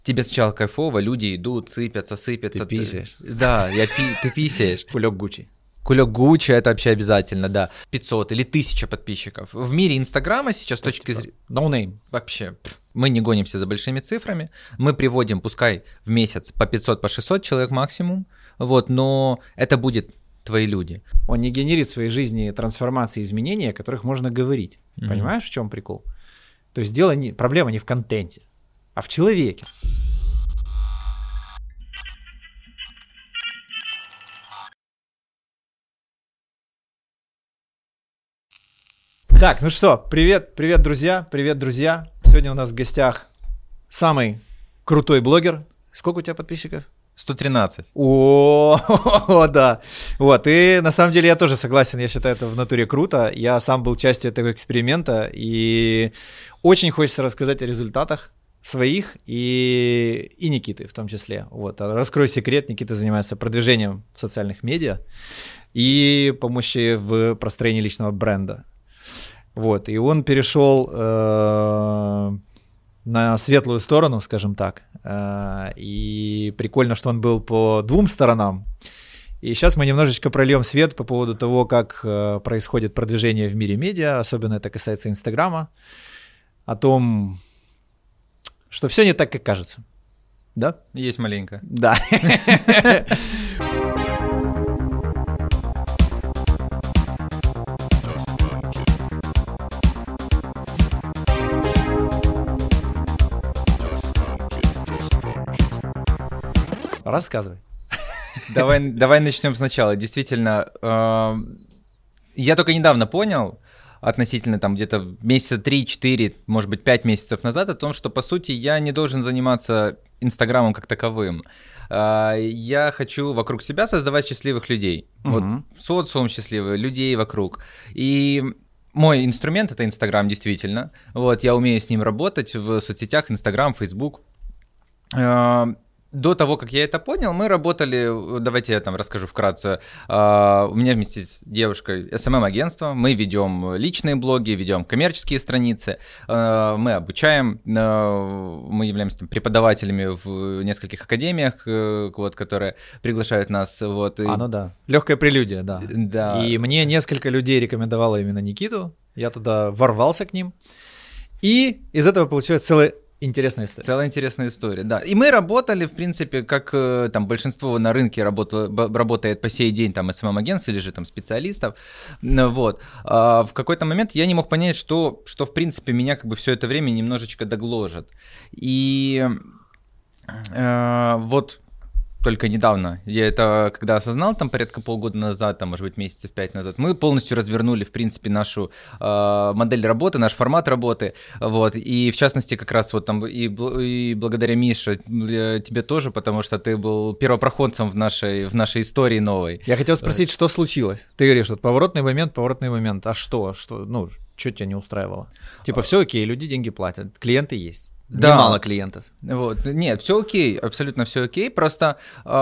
Тебе сначала кайфово, люди идут, сыпятся. Ты писаешь. Да, ты писаешь. Кулек Гуччи. Кулек Гуччи, это вообще обязательно, да. 500 или 1000 подписчиков. В мире Инстаграма сейчас с точки зрения... No name. Вообще, мы не гонимся за большими цифрами. Мы приводим, пускай в месяц по 500, по 600 человек максимум. Вот, но это будет твои люди. Он не генерит в своей жизни трансформации, изменения, о которых можно говорить. Понимаешь, в чем прикол? То есть проблема не в контенте, а в человеке. Так, ну что, привет, друзья. Сегодня у нас в гостях самый крутой блогер. Сколько у тебя подписчиков? 113. О, да. Вот, и на самом деле я тоже согласен, я считаю, это в натуре круто. Я сам был частью этого эксперимента, и очень хочется рассказать о результатах своих и Никиты в том числе. Вот, раскрою секрет, Никита занимается продвижением в социальных медиа и помощи в построении личного бренда. Вот, и он перешел на светлую сторону, скажем так, и прикольно, что он был по двум сторонам. И сейчас мы немножечко прольем свет по поводу того, как происходит продвижение в мире медиа, особенно это касается Инстаграма, о том, что все не так, как кажется. Да? Есть маленько. Да. Рассказывай. Давай начнем сначала. Действительно, я только недавно понял, относительно там где-то месяца 3-4, может быть 5 месяцев назад, о том, что по сути я не должен заниматься Инстаграмом как таковым. Я хочу вокруг себя создавать счастливых людей. Вот социум счастливый, людей вокруг. И мой инструмент — это Инстаграм, действительно. Вот, я умею с ним работать в соцсетях, Инстаграм, Фейсбук. До того, как я это понял, мы работали, давайте я там расскажу вкратце, у меня вместе с девушкой SMM-агентство, мы ведем личные блоги, ведем коммерческие страницы, мы обучаем, мы являемся там преподавателями в нескольких академиях, вот, которые приглашают нас. Вот, и... Ну да, легкая прелюдия, да. Да. И мне несколько людей рекомендовало именно Никиту, я туда ворвался к ним, и из этого получилась целая интересная история, да. И мы работали, в принципе, как там большинство на рынке работает по сей день, там, SMM-агентств или же там специалистов, вот. В какой-то момент я не мог понять, что в принципе, меня как бы все это время немножечко догложет. И вот только недавно, я это когда осознал, там порядка полгода назад, там, может быть, месяцев 5 назад, мы полностью развернули, в принципе, нашу модель работы, наш формат работы, вот, и в частности, как раз вот там, и благодаря Мише, тебе тоже, потому что ты был первопроходцем в нашей истории новой. Я хотел спросить, что случилось? Ты говоришь, вот поворотный момент, а что, ну, что тебя не устраивало? Типа, все окей, люди деньги платят, клиенты есть. Да. Немало клиентов. Вот. Нет, все окей, абсолютно все окей. Просто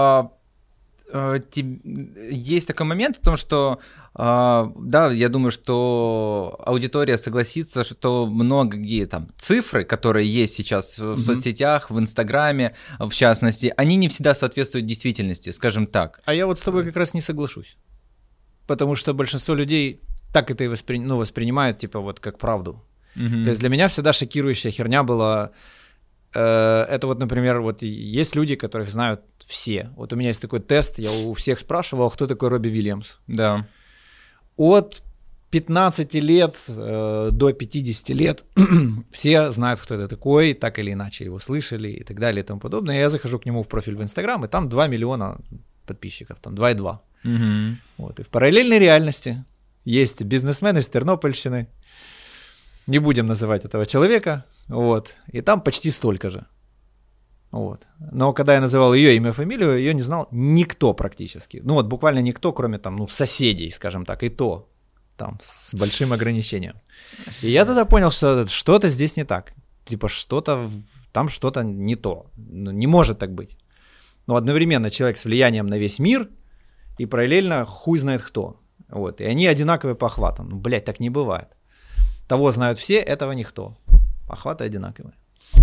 есть такой момент в том, что да, я думаю, что аудитория согласится, что многие там цифры, которые есть сейчас в соцсетях, в Инстаграме, в частности, они не всегда соответствуют действительности, скажем так. А я вот с тобой как раз не соглашусь. Потому что большинство людей так это и воспринимают, типа, вот как правду. То есть для меня всегда шокирующая херня была, это вот, например, вот есть люди, которых знают все. Вот у меня есть такой тест, я у всех спрашивал, кто такой Робби Уильямс. Да. От 15 лет до 50 лет все знают, кто это такой, так или иначе его слышали и так далее и тому подобное. Я захожу к нему в профиль в Инстаграм, и там 2 миллиона подписчиков, там 2,2. Вот. И в параллельной реальности есть бизнесмен из Тернопольщины, не будем называть этого человека, вот, и там почти столько же. Вот. Но когда я называл ее имя, фамилию, ее не знал никто практически. Ну вот буквально никто, кроме там, соседей, скажем так, и то там с большим ограничением. И я тогда понял, что что-то здесь не так. Типа там что-то не то. Не может так быть. Но одновременно человек с влиянием на весь мир и параллельно хуй знает кто. Вот. И они одинаковые по охватам. Ну, блядь, так не бывает. Того знают все, этого никто. Охваты одинаковые.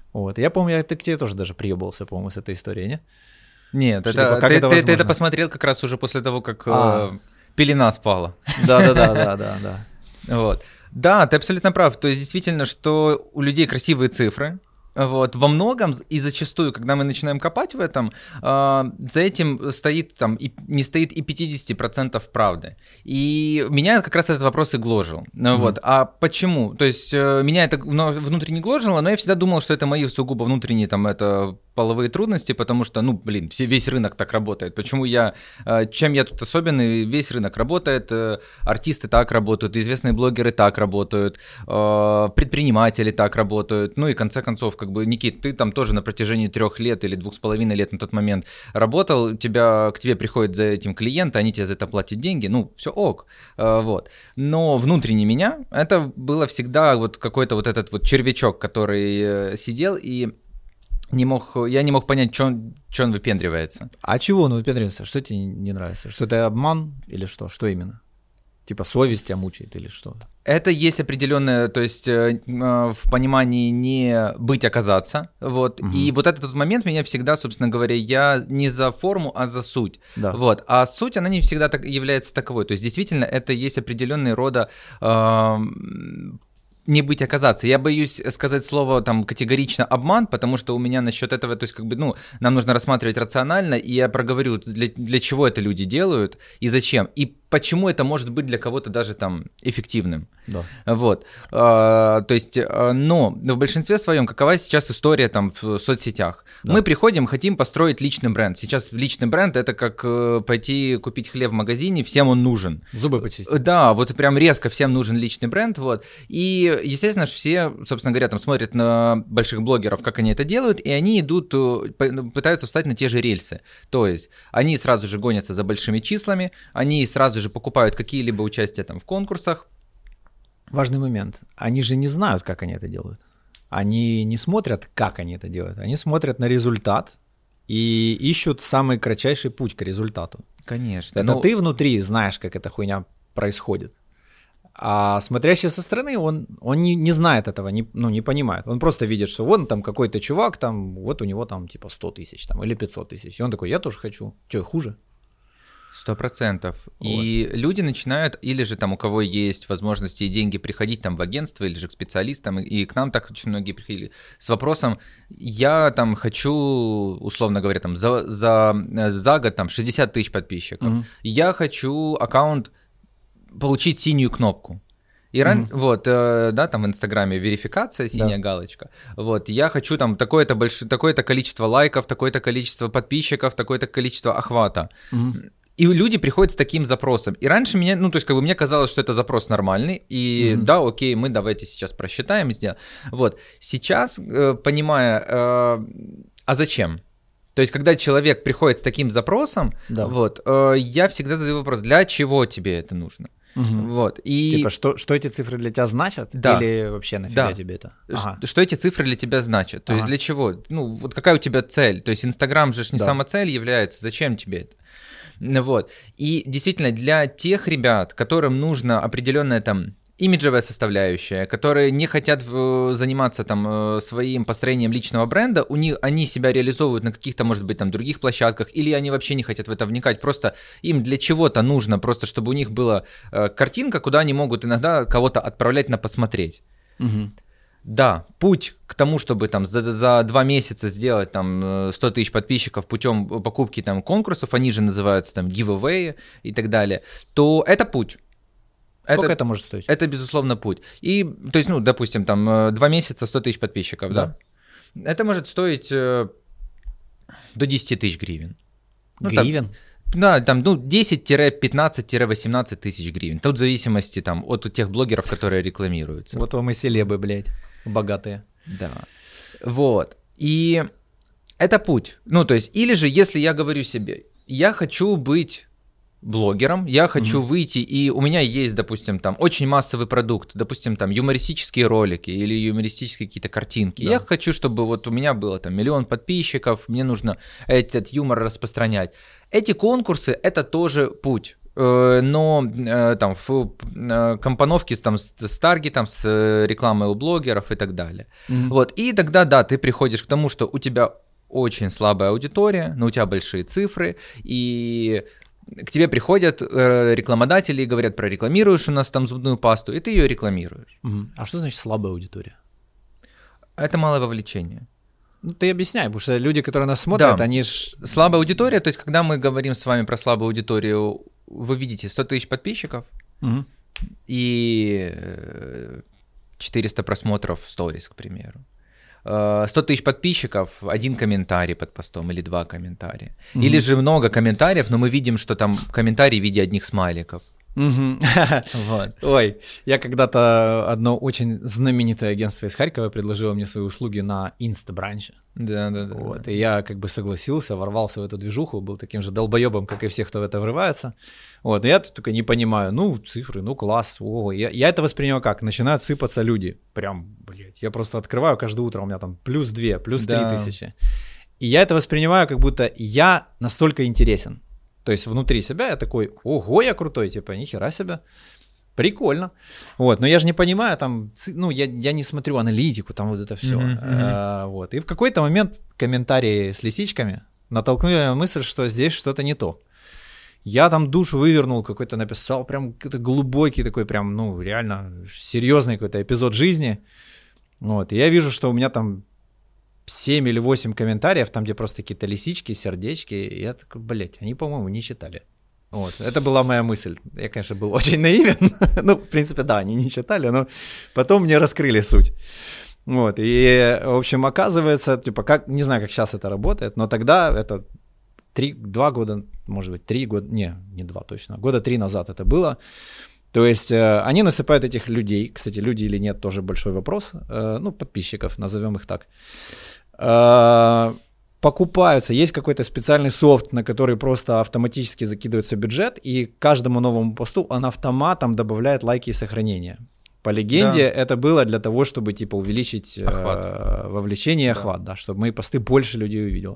Вот. Я помню, ты к тебе тоже даже приебался, по-моему, с этой историей, не? Нет, Что, типа, как это ты возможно? это посмотрел как раз уже после того, как пелена спала. Да. Вот. Да, ты абсолютно прав. То есть действительно, что у людей красивые цифры. Вот. Во многом и зачастую, когда мы начинаем копать в этом, за этим стоит там, не стоит и 50% правды. И меня как раз этот вопрос и гложил. Вот. А почему? То есть меня это внутренне гложило, но я всегда думал, что это мои сугубо внутренние там, это половые трудности, потому что, весь рынок так работает. Почему чем я тут особенный? Весь рынок работает, артисты так работают, известные блогеры так работают, предприниматели так работают. Ну и в конце концов, как бы, Никит, ты там тоже на протяжении 3 лет или 2,5 лет на тот момент работал, к тебе приходит за этим клиент, они тебе за это платят деньги, все ок. Вот. Но внутренне меня это было всегда вот какой-то вот этот вот червячок, который сидел и я не мог понять, что он выпендривается. А чего он выпендривается? Что тебе не нравится? Что это обман или что? Что именно? Типа совесть тебя мучает или что? Это есть определенное, то есть в понимании не быть, оказаться. Вот. Угу. И вот этот момент меня всегда, собственно говоря, я не за форму, а за суть. Да. Вот. А суть, она не всегда является таковой. То есть действительно это есть определенный рода не быть, оказаться. Я боюсь сказать слово там категорично обман, потому что у меня насчет этого, то есть как бы, нам нужно рассматривать рационально, и я проговорю, для чего это люди делают и зачем, и почему это может быть для кого-то даже там эффективным. Да. Вот. То есть, но в большинстве своем, какова сейчас история там в соцсетях? Да. Мы приходим, хотим построить личный бренд. Сейчас личный бренд — это как пойти купить хлеб в магазине, всем он нужен. Зубы почистить. Да, вот прям резко всем нужен личный бренд, вот. И, естественно, все, собственно говоря, там смотрят на больших блогеров, как они это делают, и они идут, пытаются встать на те же рельсы. То есть, они сразу же гонятся за большими числами, они сразу же покупают какие-либо участия там в конкурсах. Важный момент. Они же не знают, как они это делают. Они не смотрят, как они это делают. Они смотрят на результат и ищут самый кратчайший путь к результату. Конечно. Это ты внутри знаешь, как эта хуйня происходит. А смотрящий со стороны, он не знает этого, не понимает. Он просто видит, что вон там какой-то чувак, там, вот у него там типа 100 тысяч там, или 500 тысяч. И он такой, я тоже хочу. Что, хуже? 100%. Вот. И люди начинают, или же там у кого есть возможности и деньги, приходить там в агентство, или же к специалистам, и к нам так очень многие приходили с вопросом, я там хочу, условно говоря, там за год там 60 тысяч подписчиков, я хочу аккаунт получить синюю кнопку. И вот, да, там в Инстаграме верификация, синяя галочка. Вот, я хочу там такое-то количество лайков, такое-то количество подписчиков, такое-то количество охвата. И люди приходят с таким запросом. И раньше мне казалось, что это запрос нормальный. И да, окей, мы давайте сейчас просчитаем и сделаем. Вот, сейчас, понимая, а зачем? То есть, когда человек приходит с таким запросом, вот, я всегда задаю вопрос, для чего тебе это нужно? Вот, и... Типа, что эти цифры для тебя значат? Да. Или вообще нафига тебе это? Ага. Что эти цифры для тебя значат? То есть для чего? Вот какая у тебя цель? То есть Инстаграм же не сама цель является, зачем тебе это? Вот. И действительно, для тех ребят, которым нужна определенная там имиджевая составляющая, которые не хотят заниматься там своим построением личного бренда, они себя реализовывают на каких-то, может быть, там других площадках, или они вообще не хотят в это вникать, просто им для чего-то нужно, просто чтобы у них была картинка, куда они могут иногда кого-то отправлять на посмотреть. Да, путь к тому, чтобы там за 2 месяца сделать там 100 тысяч подписчиков путем покупки там конкурсов, они же называются там giveaway и так далее, то это путь. Сколько это может стоить? Это, безусловно, путь. И, то есть, допустим, там 2 месяца 100 тысяч подписчиков, да? Это может стоить до 10 тысяч гривен. Гривен? Да, там, 10-15-18 тысяч гривен. Тут в зависимости там от тех блогеров, которые рекламируются. Вот вам и селебы, блядь, богатые. Да. Вот. И это путь. То есть, или же, если я говорю себе, я хочу быть блогером, я хочу выйти, и у меня есть, допустим, там очень массовый продукт, допустим, там юмористические ролики или юмористические какие-то картинки. Да. Я хочу, чтобы вот у меня было там 1 миллион подписчиков, мне нужно этот юмор распространять. Эти конкурсы — это тоже путь. но там в компоновке там, с таргетом, с рекламой у блогеров и так далее. Вот. И тогда, да, ты приходишь к тому, что у тебя очень слабая аудитория, но у тебя большие цифры, и к тебе приходят рекламодатели и говорят, прорекламируешь у нас там зубную пасту, и ты ее рекламируешь. А что значит слабая аудитория? Это малое вовлечение. Ну, ты объясняй, потому что люди, которые нас смотрят, да. они ж... Слабая аудитория, то есть когда мы говорим с вами про слабую аудиторию, вы видите 100 тысяч подписчиков и 400 просмотров в сторис, к примеру. 100 тысяч подписчиков, 1 комментарий под постом или 2 комментария. Или же много комментариев, но мы видим, что там комментарии в виде одних смайликов. Вот. Ой, я когда-то одно очень знаменитое агентство из Харькова предложило мне свои услуги на инстабранче. Да. Вот, и я как бы согласился, ворвался в эту движуху, был таким же долбоебом, как и все, кто в это врывается. Вот, и я только не понимаю, ну, цифры, ну, класс, ого. Я это воспринимаю как? Начинают сыпаться люди. Прям, блядь, я просто открываю каждое утро, у меня там +2, +3 тысячи. И я это воспринимаю, как будто я настолько интересен. То есть внутри себя я такой, ого, я крутой, типа, нихера себе, прикольно. Вот, но я же не понимаю, там, ну, я не смотрю аналитику, там вот это все. Вот. И в какой-то момент комментарии с лисичками натолкнули на мысль, что здесь что-то не то. Я там душу вывернул, какой-то написал, прям какой-то глубокий такой, прям, ну, реально серьезный какой-то эпизод жизни. Вот, и я вижу, что у меня там 7 или 8 комментариев, там, где просто какие-то лисички, сердечки, и я такой, блядь, они, по-моему, не читали. Вот, это была моя мысль. Я, конечно, был очень наивен, ну, в принципе, да, они не читали, но потом мне раскрыли суть. Вот, и, в общем, оказывается, типа, как, не знаю, как сейчас это работает, но тогда это 2 года, может быть, 3 года, не 2 точно, 3 года назад это было. То есть они насыпают этих людей, кстати, люди или нет, тоже большой вопрос, ну, подписчиков, назовем их так, покупаются, есть какой-то специальный софт, на который просто автоматически закидывается бюджет, и каждому новому посту он автоматом добавляет лайки и сохранения. По легенде, это было для того, чтобы, типа, увеличить вовлечение и охват, да, чтобы мои посты больше людей увидело.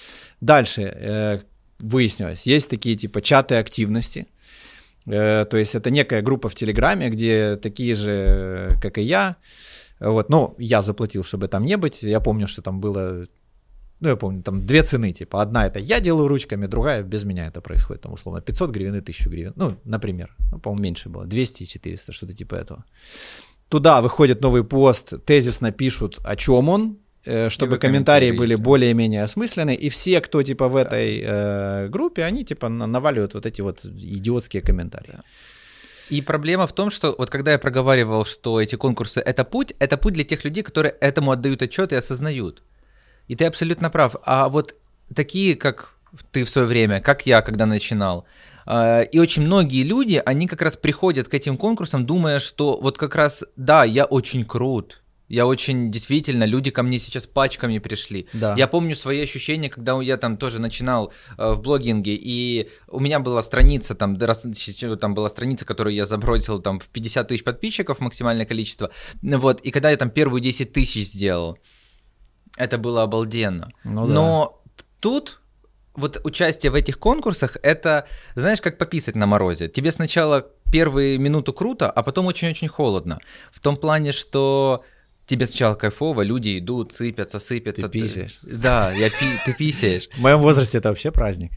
Дальше выяснилось, есть такие, типа, чаты активности. То есть это некая группа в Телеграме, где такие же, как и я. Вот, но я заплатил, чтобы там не быть. Я помню, что там было, ну, я помню, там 2 цены, типа, одна это я делаю ручками, другая без меня это происходит, там, условно, 500 гривен и 1000 гривен, ну, например, ну, по-моему, меньше было, 200 и 400, что-то типа этого. Туда выходит новый пост, тезисно пишут, о чем он, чтобы комментарии были более-менее осмысленны, и все, кто, типа, в этой группе, они, типа, наваливают вот эти вот идиотские комментарии. И проблема в том, что вот когда я проговаривал, что эти конкурсы — это путь для тех людей, которые этому отдают отчет и осознают. И ты абсолютно прав. А вот такие, как ты в свое время, как я, когда начинал, и очень многие люди, они как раз приходят к этим конкурсам, думая, что вот как раз, да, я очень крут, я очень, действительно, люди ко мне сейчас пачками пришли. Да. Я помню свои ощущения, когда я там тоже начинал в блогинге, и у меня была страница, там была страница, которую я забросил там в 50 тысяч подписчиков, максимальное количество, вот, и когда я там первые 10 тысяч сделал, это было обалденно. Ну, да. Но тут вот участие в этих конкурсах, это, знаешь, как пописать на морозе. Тебе сначала первые минуту круто, а потом очень-очень холодно. В том плане, что тебе сначала кайфово, люди идут, сыпятся. Ты писаешь. Да, ты писаешь. В моем возрасте это вообще праздник.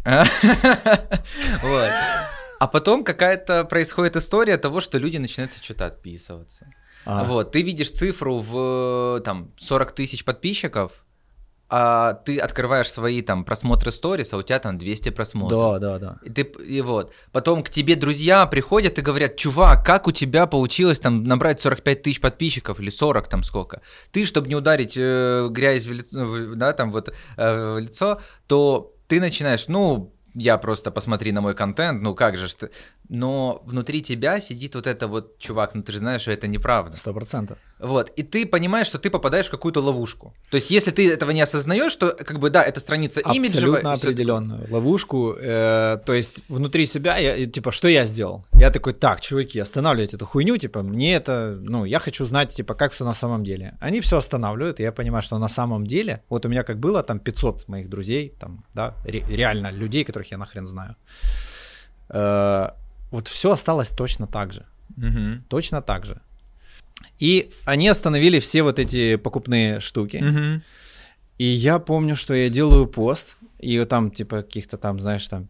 Вот. А потом какая-то происходит история того, что люди начинают что-то отписываться. Вот, ты видишь цифру в там 40 тысяч подписчиков, а ты открываешь свои там просмотры сторис, а у тебя там 200 просмотров. Да. И вот. Потом к тебе друзья приходят и говорят: чувак, как у тебя получилось там набрать 45 тысяч подписчиков или 40 там сколько? Ты, чтобы не ударить грязь в лицо, да, там вот в лицо, то ты начинаешь, я просто посмотри на мой контент, как же ты... Но внутри тебя сидит вот это вот, чувак, ты же знаешь, что это неправда. 100%. Вот, и ты понимаешь, что ты попадаешь в какую-то ловушку. То есть, если ты этого не осознаешь, то, как бы, да, эта страница имиджевая. Абсолютно определенную ловушку. То есть, внутри себя, что я сделал? Я такой: так, чуваки, останавливайте эту хуйню, мне это, я хочу знать, как все на самом деле. Они все останавливают, и я понимаю, что на самом деле, вот у меня как было, там, 500 моих друзей, там, да, реально людей, которых я нахрен знаю. вот все осталось точно так же. Угу. Точно так же. И они остановили все вот эти покупные штуки. Угу. И я помню, что я делаю пост, и там, типа, каких-то там, знаешь, там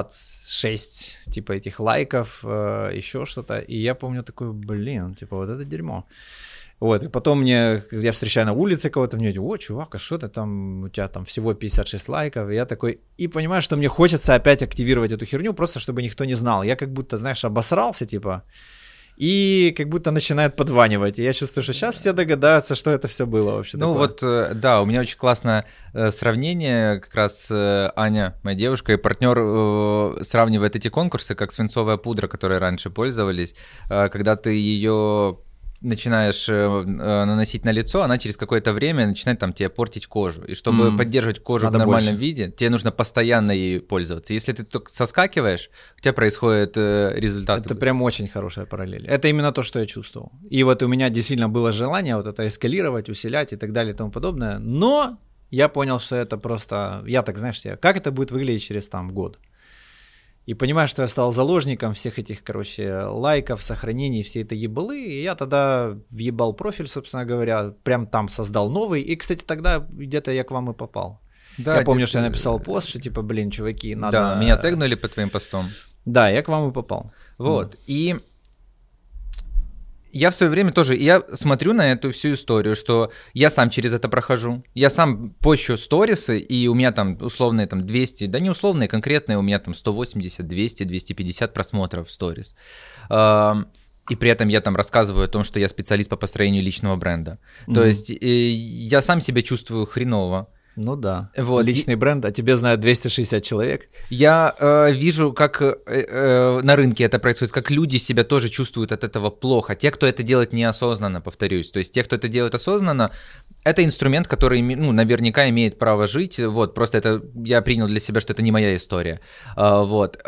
56, типа, этих лайков, еще что-то. И я помню такой, блин, типа, вот это дерьмо. Вот, и потом я встречаю на улице кого-то, мне говорят, о, чувак, а что ты там, у тебя там всего 56 лайков, и я такой, и понимаю, что мне хочется опять активировать эту херню, просто чтобы никто не знал, я как будто, знаешь, обосрался, типа, и как будто начинает подванивать, и я чувствую, что сейчас все догадаются, что это все было вообще Ну такое. вот, да, у меня очень классное сравнение, как раз Аня, моя девушка, и партнер сравнивает эти конкурсы, как свинцовая пудра, которой раньше пользовались, когда ты ее начинаешь наносить на лицо, она через какое-то время начинает там тебе портить кожу. И чтобы поддерживать кожу Надо в нормальном больше. виде, тебе нужно постоянно ей пользоваться. Если ты только соскакиваешь, у тебя происходит результат. Это прям очень хорошая параллель. Это именно то, что я чувствовал. И вот у меня действительно было желание вот это эскалировать, усилять и так далее и тому подобное. Но я понял, что это просто... Я так, знаешь, себе, как это будет выглядеть через там год. И понимаю, что я стал заложником всех этих, короче, лайков, сохранений, всей этой ебалы. И я тогда въебал профиль, собственно говоря, прям там создал новый. И, кстати, тогда где-то я к вам и попал. Да, я помню, что я написал пост, что типа, блин, чуваки, надо... Да, меня тегнули по твоим постам. Да, я к вам и попал. Вот, и... Я в свое время тоже, я смотрю на эту всю историю, что я сам через это прохожу, я сам пощу сторисы, и у меня там условные там 200, да не условные, конкретные, у меня там 180, 200, 250 просмотров в сторис. И при этом я там рассказываю о том, что я специалист по построению личного бренда. То есть я сам себя чувствую хреново. Ну да, вот. Личный бренд, а тебе знают 260 человек. Я вижу, как на рынке это происходит, как люди себя тоже чувствуют от этого плохо. Те, кто это делает неосознанно, повторюсь. То есть те, кто это делает осознанно, это инструмент, который, ну, наверняка имеет право жить. Вот, просто это я принял для себя, что это не моя история. Вот.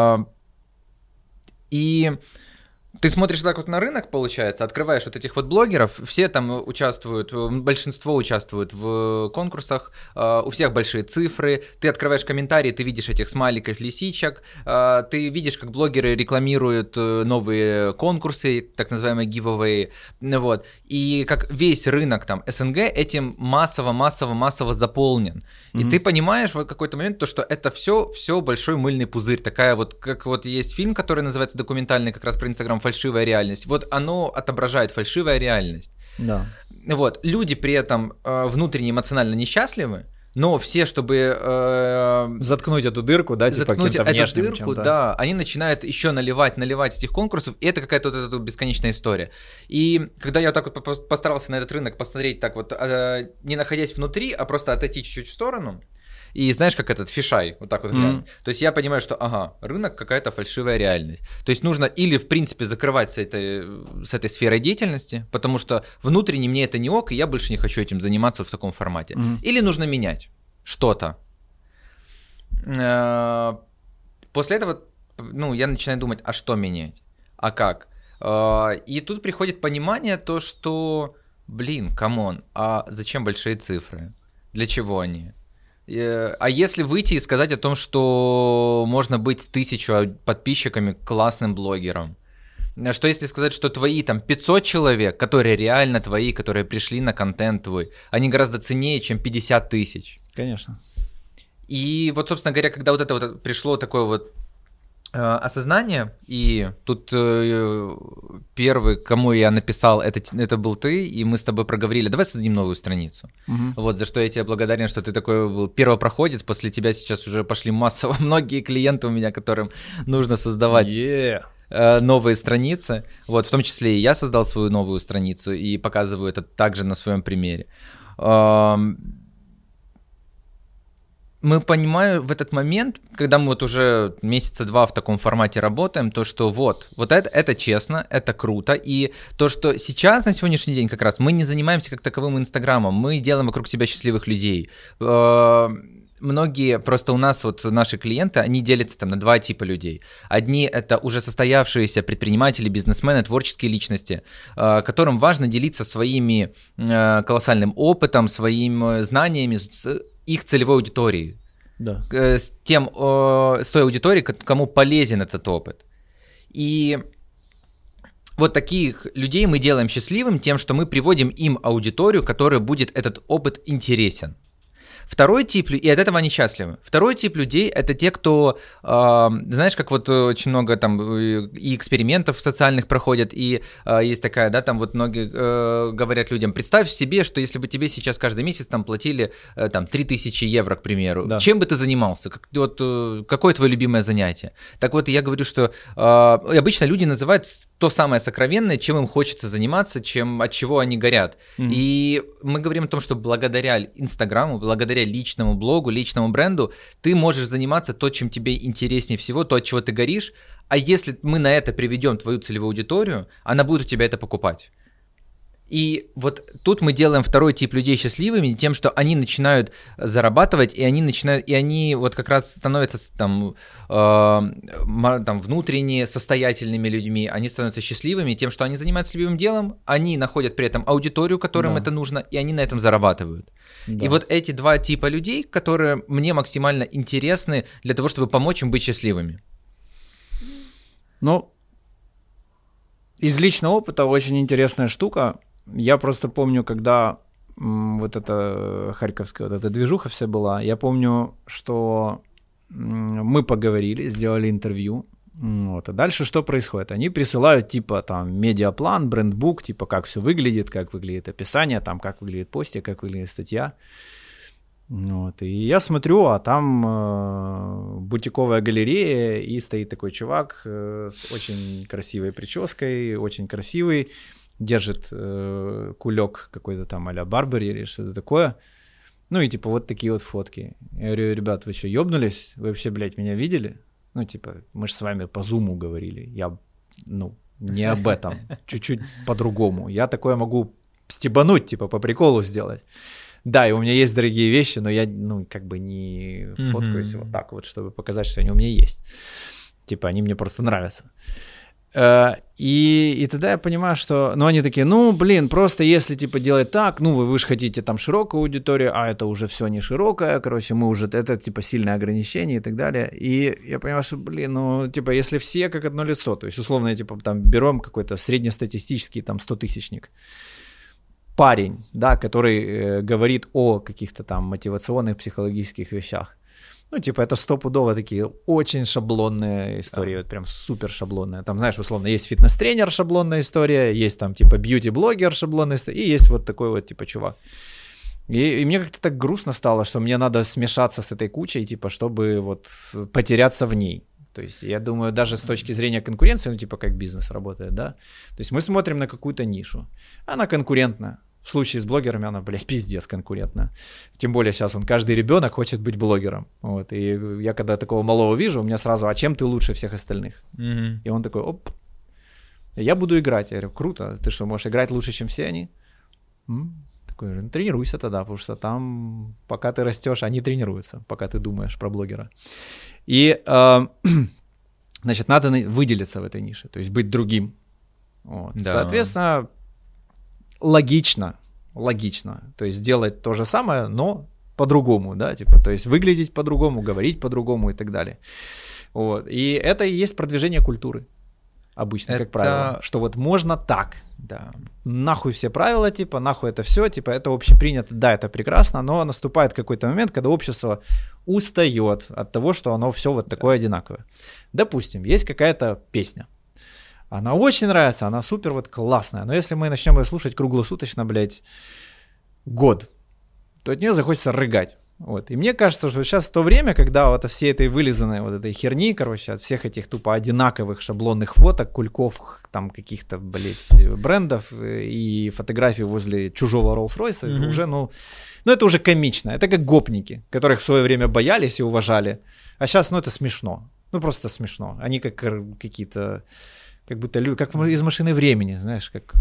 И... Ты смотришь так вот на рынок, получается, открываешь вот этих вот блогеров, все там участвуют, большинство участвуют в конкурсах, у всех большие цифры, ты открываешь комментарии, ты видишь этих смайликов, лисичек, ты видишь, как блогеры рекламируют новые конкурсы, так называемые giveaway, вот, и как весь рынок там СНГ этим массово заполнен. И ты понимаешь в какой-то момент то, что это все большой мыльный пузырь, такая вот, как вот есть фильм, который называется документальный, как раз про Инстаграм, «Фальшивая реальность». Вот оно отображает фальшивая реальность. Да. Вот, люди при этом внутренне эмоционально несчастливы, но все, чтобы... заткнуть эту дырку, да, типа каким-то внешним дырку, чем-то. да, они начинают еще наливать этих конкурсов, и это какая-то вот эта бесконечная история. И когда я так вот постарался на этот рынок посмотреть так вот, не находясь внутри, а просто отойти чуть-чуть в сторону, и знаешь, как этот фишай, вот так вот глянь. То есть я понимаю, что, ага, рынок какая-то фальшивая реальность. То есть нужно или, в принципе, закрывать с этой сферой деятельности, потому что внутренне мне это не ок, и я больше не хочу этим заниматься в таком формате. Или нужно менять что-то. После этого, ну, я начинаю думать, а что менять? А как? И тут приходит понимание то, что, блин, камон, а зачем большие цифры? Для чего они? А если выйти и сказать о том, что можно быть с 1000 подписчиками классным блогером? Что если сказать, что твои там 500 человек, которые реально твои, которые пришли на контент твой, они гораздо ценнее, чем 50 000? Конечно. И вот, собственно говоря, когда вот это вот пришло такое вот осознание, и тут первый, кому я написал, это был ты, и мы с тобой проговорили, давай создадим новую страницу. Вот, за что я тебе благодарен, что ты такой был первопроходец, после тебя сейчас уже пошли массово многие клиенты у меня, которым нужно создавать новые страницы, вот, в том числе и я создал свою новую страницу, и показываю это также на своем примере. Мы понимаем в этот момент, когда мы вот уже месяца 2 в таком формате работаем, то, что вот это честно, это круто, и то, что сейчас, на сегодняшний день как раз, мы не занимаемся как таковым Инстаграмом, мы делаем вокруг себя счастливых людей. Многие, просто у нас вот наши клиенты, они делятся там на 2 типа людей. Одни — это уже состоявшиеся предприниматели, бизнесмены, творческие личности, которым важно делиться своими колоссальным опытом, своими знаниями с их целевой аудиторией, да. с той аудиторией, кому полезен этот опыт. И вот таких людей мы делаем счастливым тем, что мы приводим им аудиторию, которой будет этот опыт интересен. Второй тип, и от этого они счастливы. Второй тип людей — это те, кто, знаешь, как вот очень много там и экспериментов социальных проходят, и есть такая, да, там вот многие говорят людям, представь себе, что если бы тебе сейчас каждый месяц там платили там 3000 евро, к примеру, да. Чем бы ты занимался? Какое твое любимое занятие? Так вот, я говорю, что обычно люди называют то самое сокровенное, чем им хочется заниматься, от чего они горят. Mm-hmm. И мы говорим о том, что благодаря Инстаграму, благодаря личному блогу, личному бренду, ты можешь заниматься то, чем тебе интереснее всего, то, от чего ты горишь, а если мы на это приведем твою целевую аудиторию, она будет у тебя это покупать. И вот тут мы делаем второй тип людей счастливыми тем, что они начинают зарабатывать, и они вот как раз становятся там внутренне состоятельными людьми, они становятся счастливыми тем, что они занимаются любимым делом, они находят при этом аудиторию, которым это нужно, и они на этом зарабатывают. Да. И вот эти два типа людей, которые мне максимально интересны для того, чтобы помочь им быть счастливыми. Ну, из личного опыта очень интересная штука. Я просто помню, когда вот эта харьковская вот эта движуха вся была, я помню, что мы поговорили, сделали интервью, вот, а дальше что происходит? Они присылают типа там медиаплан, брендбук, типа как все выглядит, как выглядит описание, там как выглядит постик, как выглядит статья. Вот, и я смотрю, а там бутиковая галерея, и стоит такой чувак с очень красивой прической, очень красивый, держит кулек какой-то там а-ля Барбари или что-то такое. Ну и типа вот такие вот фотки. Я говорю, ребят, вы что, ёбнулись? Вы вообще, блядь, меня видели? Ну типа, мы же с вами по зуму говорили. Я, не об этом. Чуть-чуть по-другому. Я такое могу стебануть, типа по приколу сделать. Да, и у меня есть дорогие вещи, но я, как бы не фоткаюсь вот так вот, чтобы показать, что они у меня есть. Типа они мне просто нравятся. И тогда я понимаю, что, они такие, просто если, типа, делать так, вы же хотите там широкую аудиторию, а это уже все не широкое, мы уже, это, типа, сильное ограничение и так далее, и я понимаю, что, если все как одно лицо, то есть, условно, типа, там, берем какой-то среднестатистический, там, 100-тысячник, парень, да, который говорит о каких-то там мотивационных, психологических вещах, это стопудово такие очень шаблонные истории, вот прям супер шаблонные. Там, знаешь, условно, есть фитнес-тренер, шаблонная история, есть там, типа, бьюти-блогер, шаблонная история, и есть вот такой вот, типа, чувак. И мне как-то так грустно стало, что мне надо смешаться с этой кучей, типа, чтобы вот потеряться в ней. То есть, я думаю, даже с точки зрения конкуренции, как бизнес работает, да, то есть мы смотрим на какую-то нишу, она конкурентна. В случае с блогерами она, пиздец конкурентна. Тем более сейчас каждый ребенок хочет быть блогером. Вот. И я когда такого малого вижу, у меня сразу, а чем ты лучше всех остальных? Mm-hmm. И он такой, оп, я буду играть. Я говорю, круто, ты что, можешь играть лучше, чем все они? Такой, тренируйся тогда, потому что там, пока ты растешь, они тренируются, пока ты думаешь про блогера. И, значит, надо выделиться в этой нише, то есть быть другим. Вот. Да. Соответственно, логично, то есть делать то же самое, но по-другому, да, то есть выглядеть по-другому, говорить по-другому и так далее. Вот. И это и есть продвижение культуры обычно, как правило, что вот можно так, да, нахуй все правила, нахуй это все, это общепринято, да, это прекрасно, но наступает какой-то момент, когда общество устает от того, что оно все вот такое одинаковое. Допустим, есть какая-то песня, она очень нравится, она супер вот классная, но если мы начнем ее слушать круглосуточно, год, то от нее захочется рыгать. Вот. И мне кажется, что сейчас то время, когда вот всей этой вылизанной вот этой херни, от всех этих тупо одинаковых шаблонных фоток, кульков, там каких-то, брендов и фотографий возле чужого Роллс-Ройса, уже, это уже комично. Это как гопники, которых в свое время боялись и уважали, а сейчас, это смешно. Просто смешно. Они как какие-то, как будто люди, как из «Машины времени», знаешь, как...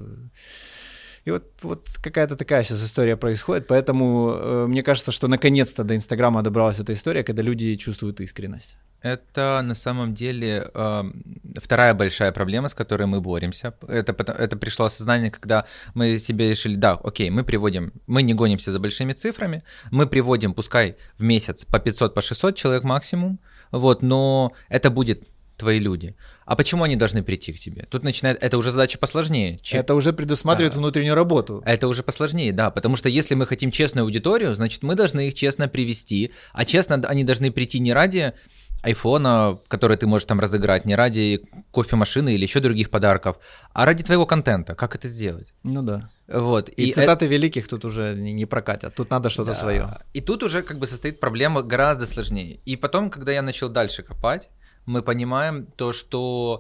И вот какая-то такая сейчас история происходит, поэтому мне кажется, что наконец-то до Инстаграма добралась эта история, когда люди чувствуют искренность. Это на самом деле вторая большая проблема, с которой мы боремся. Это пришло осознание, когда мы себе решили, да, окей, мы не гонимся за большими цифрами, мы приводим, пускай в месяц по 500, по 600 человек максимум, вот, но это будет твои люди. А почему они должны прийти к тебе? Тут начинает, это уже задача посложнее. Это уже предусматривает внутреннюю работу. Это уже посложнее, да, потому что если мы хотим честную аудиторию, значит, мы должны их честно привести, а честно они должны прийти не ради айфона, который ты можешь там разыграть, не ради кофемашины или еще других подарков, а ради твоего контента. Как это сделать? Ну да. Вот. И цитаты великих тут уже не прокатят, тут надо что-то свое. И тут уже как бы состоит проблема гораздо сложнее. И потом, когда я начал дальше копать, мы понимаем то, что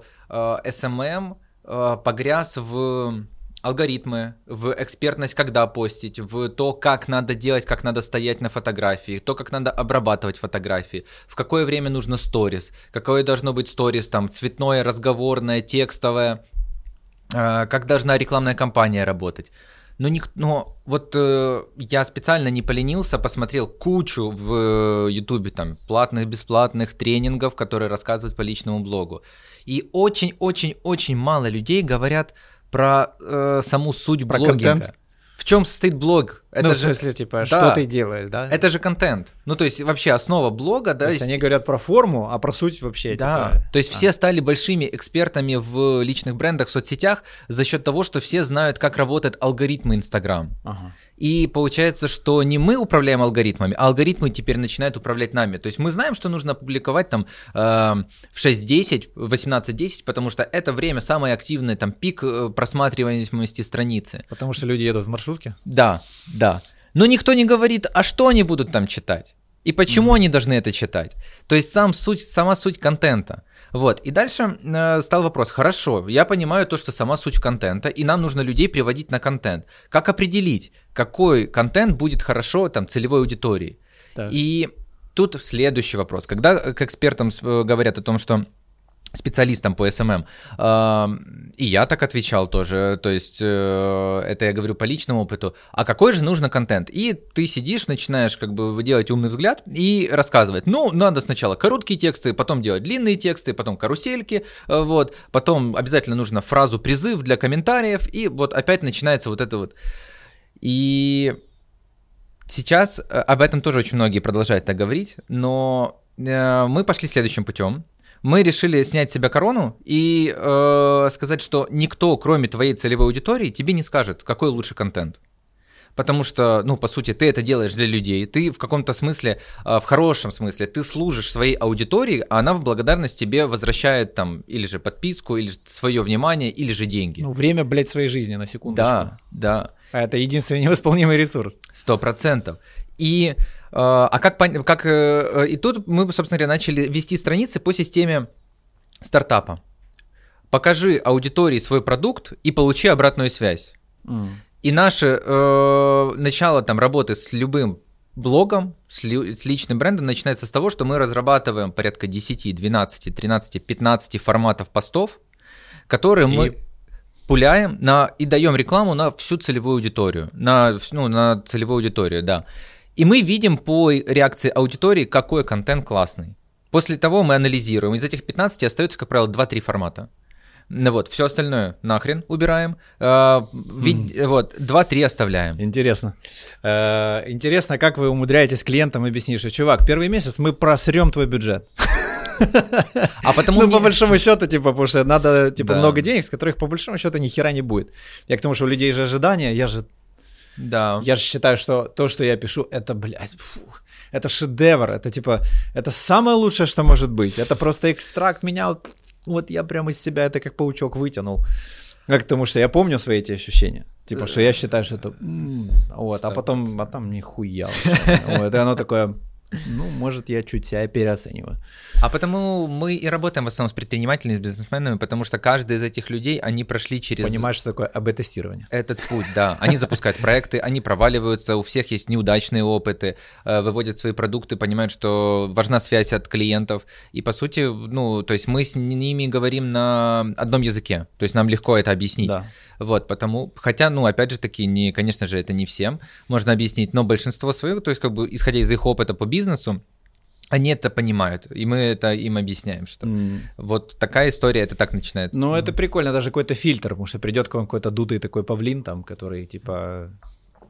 SMM погряз в алгоритмы, в экспертность, когда постить, в то, как надо делать, как надо стоять на фотографии, то, как надо обрабатывать фотографии, в какое время нужно сторис, какое должно быть сторис, там, цветное, разговорное, текстовое, как должна рекламная кампания работать. Но вот я специально не поленился, посмотрел кучу в Ютубе там платных, бесплатных тренингов, которые рассказывают по личному блогу. И очень-очень-очень мало людей говорят про саму суть про блогинга. Контент? В чем состоит блог? Это в смысле, типа, что ты делаешь, да? Это же контент. Ну, то есть, вообще основа блога, да. То есть они говорят про форму, а про суть вообще. Да, типа... то есть все стали большими экспертами в личных брендах, в соцсетях за счет того, что все знают, как работают алгоритмы Инстаграм. Ага. И получается, что не мы управляем алгоритмами, а алгоритмы теперь начинают управлять нами. То есть мы знаем, что нужно публиковать там в 6:10, в 18:10, потому что это время самый активный, там пик просматриваемости страницы. Потому что люди едут в маршрутке? Да. Но никто не говорит, а что они будут там читать? И почему они должны это читать? То есть сама суть контента. Вот. И дальше стал вопрос. Хорошо, я понимаю то, что сама суть контента, и нам нужно людей приводить на контент. Как определить, какой контент будет хорошо там, целевой аудитории? Так. И тут следующий вопрос. Когда к экспертам говорят о том, что специалистам по SMM, и я так отвечал тоже, то есть это я говорю по личному опыту, а какой же нужно контент? И ты сидишь, начинаешь как бы делать умный взгляд и рассказывать, ну, надо сначала короткие тексты, потом делать длинные тексты, потом карусельки, вот, потом обязательно нужно фразу-призыв для комментариев, и вот опять начинается вот это вот. И сейчас об этом тоже очень многие продолжают так говорить, но мы пошли следующим путем. Мы решили снять с себя корону и сказать, что никто, кроме твоей целевой аудитории, тебе не скажет, какой лучший контент. Потому что, ну, по сути, ты это делаешь для людей, ты в каком-то смысле, в хорошем смысле, ты служишь своей аудитории, а она в благодарность тебе возвращает там или же подписку, или же свое внимание, или же деньги. Ну, время, блядь, своей жизни, на секундочку. Да. А это единственный невосполнимый ресурс. 100%. И и тут мы, собственно говоря, начали вести страницы по системе стартапа. Покажи аудитории свой продукт и получи обратную связь. И наше начало там работы с любым блогом, с личным брендом начинается с того, что мы разрабатываем порядка 10, 12, 13, 15 форматов постов, которые мы пуляем и даем рекламу на всю целевую аудиторию, на целевую аудиторию, да. И мы видим по реакции аудитории, какой контент классный. После того мы анализируем. Из этих 15 остается, как правило, 2-3 формата. Вот, все остальное нахрен убираем. Вот, 2-3 оставляем. Интересно. Интересно, как вы умудряетесь клиентам объяснить, что, чувак, первый месяц мы просрем твой бюджет. А потому по большому счету, типа, потому что надо, типа, много денег, с которых по большому счету ни хера не будет. Я к тому, что у людей же ожидания, я же считаю, что то, что я пишу, это, блядь, это шедевр, это типа, это самое лучшее, что может быть. Это просто экстракт меня, вот я прямо из себя это как паучок вытянул. Потому что я помню свои эти ощущения. Типа, что я считаю, что это, вот, а там нихуя. Вот, и оно такое... Ну, может, я чуть себя переоцениваю. А потому мы и работаем в основном с предпринимателями, с бизнесменами, потому что каждый из этих людей, они прошли через... Понимаешь, что такое АБ-тестирование? Этот путь, да. Они запускают проекты, они проваливаются, у всех есть неудачные опыты, выводят свои продукты, понимают, что важна связь от клиентов. И, по сути, ну, то есть мы с ними говорим на одном языке. То есть нам легко это объяснить. Да. Вот, потому... Хотя, ну, опять же таки, конечно же, это не всем можно объяснить, но большинство своих, то есть, как бы, исходя из их опыта по бизнесу, они это понимают, и мы это им объясняем, что вот такая история, это так начинается. Ну, это прикольно, даже какой-то фильтр, потому что придет к вам какой-то дутый такой павлин там, который, типа...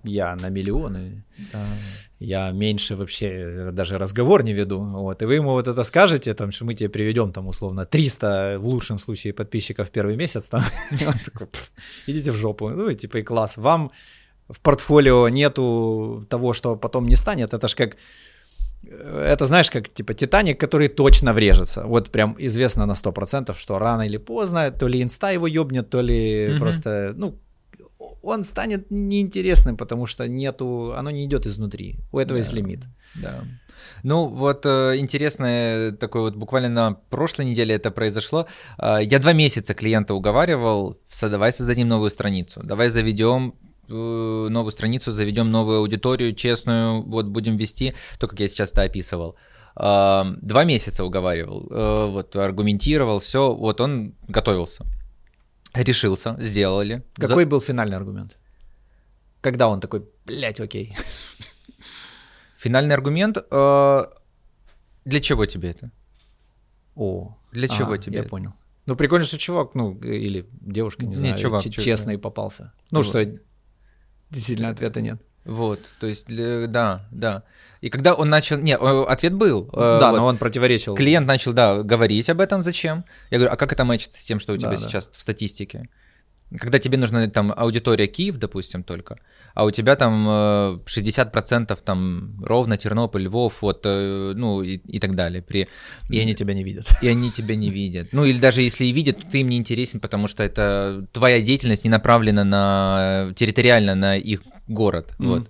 я на миллионы, я меньше вообще даже разговор не веду, вот, и вы ему вот это скажете, там, что мы тебе приведем, там, условно, 300, в лучшем случае, подписчиков в первый месяц, там, и он такой, идите в жопу, ну, и типа, и класс, вам в портфолио нету того, что потом не станет, это ж как, это знаешь, как, типа, Титаник, который точно врежется, вот прям известно на 100%, что рано или поздно, то ли инста его ёбнет, то ли просто, ну, он станет неинтересным, потому что оно не идет изнутри. У этого есть лимит. Да. Ну, вот интересное такое вот, буквально на прошлой неделе это произошло. Я 2 месяца клиента уговаривал, давай создадим новую страницу, давай заведем новую страницу, заведем новую аудиторию, честную, вот будем вести, то, как я сейчас это описывал. 2 месяца уговаривал, вот, аргументировал, все, вот он готовился. Решился, сделали. Какой был финальный аргумент? Когда он такой, блядь, окей. Финальный аргумент, для чего тебе это? Для чего тебе я это? Понял. Ну, прикольно, что чувак, ну, или девушка, не знаю, чувак, честный попался. Ну, вот. Что, действительно, ответа нет. Вот, то есть, да. И когда он начал... Нет, ответ был. Да, вот. Но он противоречил. Клиент начал, говорить об этом, зачем. Я говорю, а как это мэчится с тем, что у тебя сейчас в статистике? Когда тебе нужна там аудитория Киев, допустим, только, а у тебя там 60% там Ровно, Тернополь, Львов, вот, ну и так далее. И они тебя не видят. И они тебя не видят. Ну или даже если и видят, то ты им не интересен, потому что это твоя деятельность не направлена территориально на их город. Вот.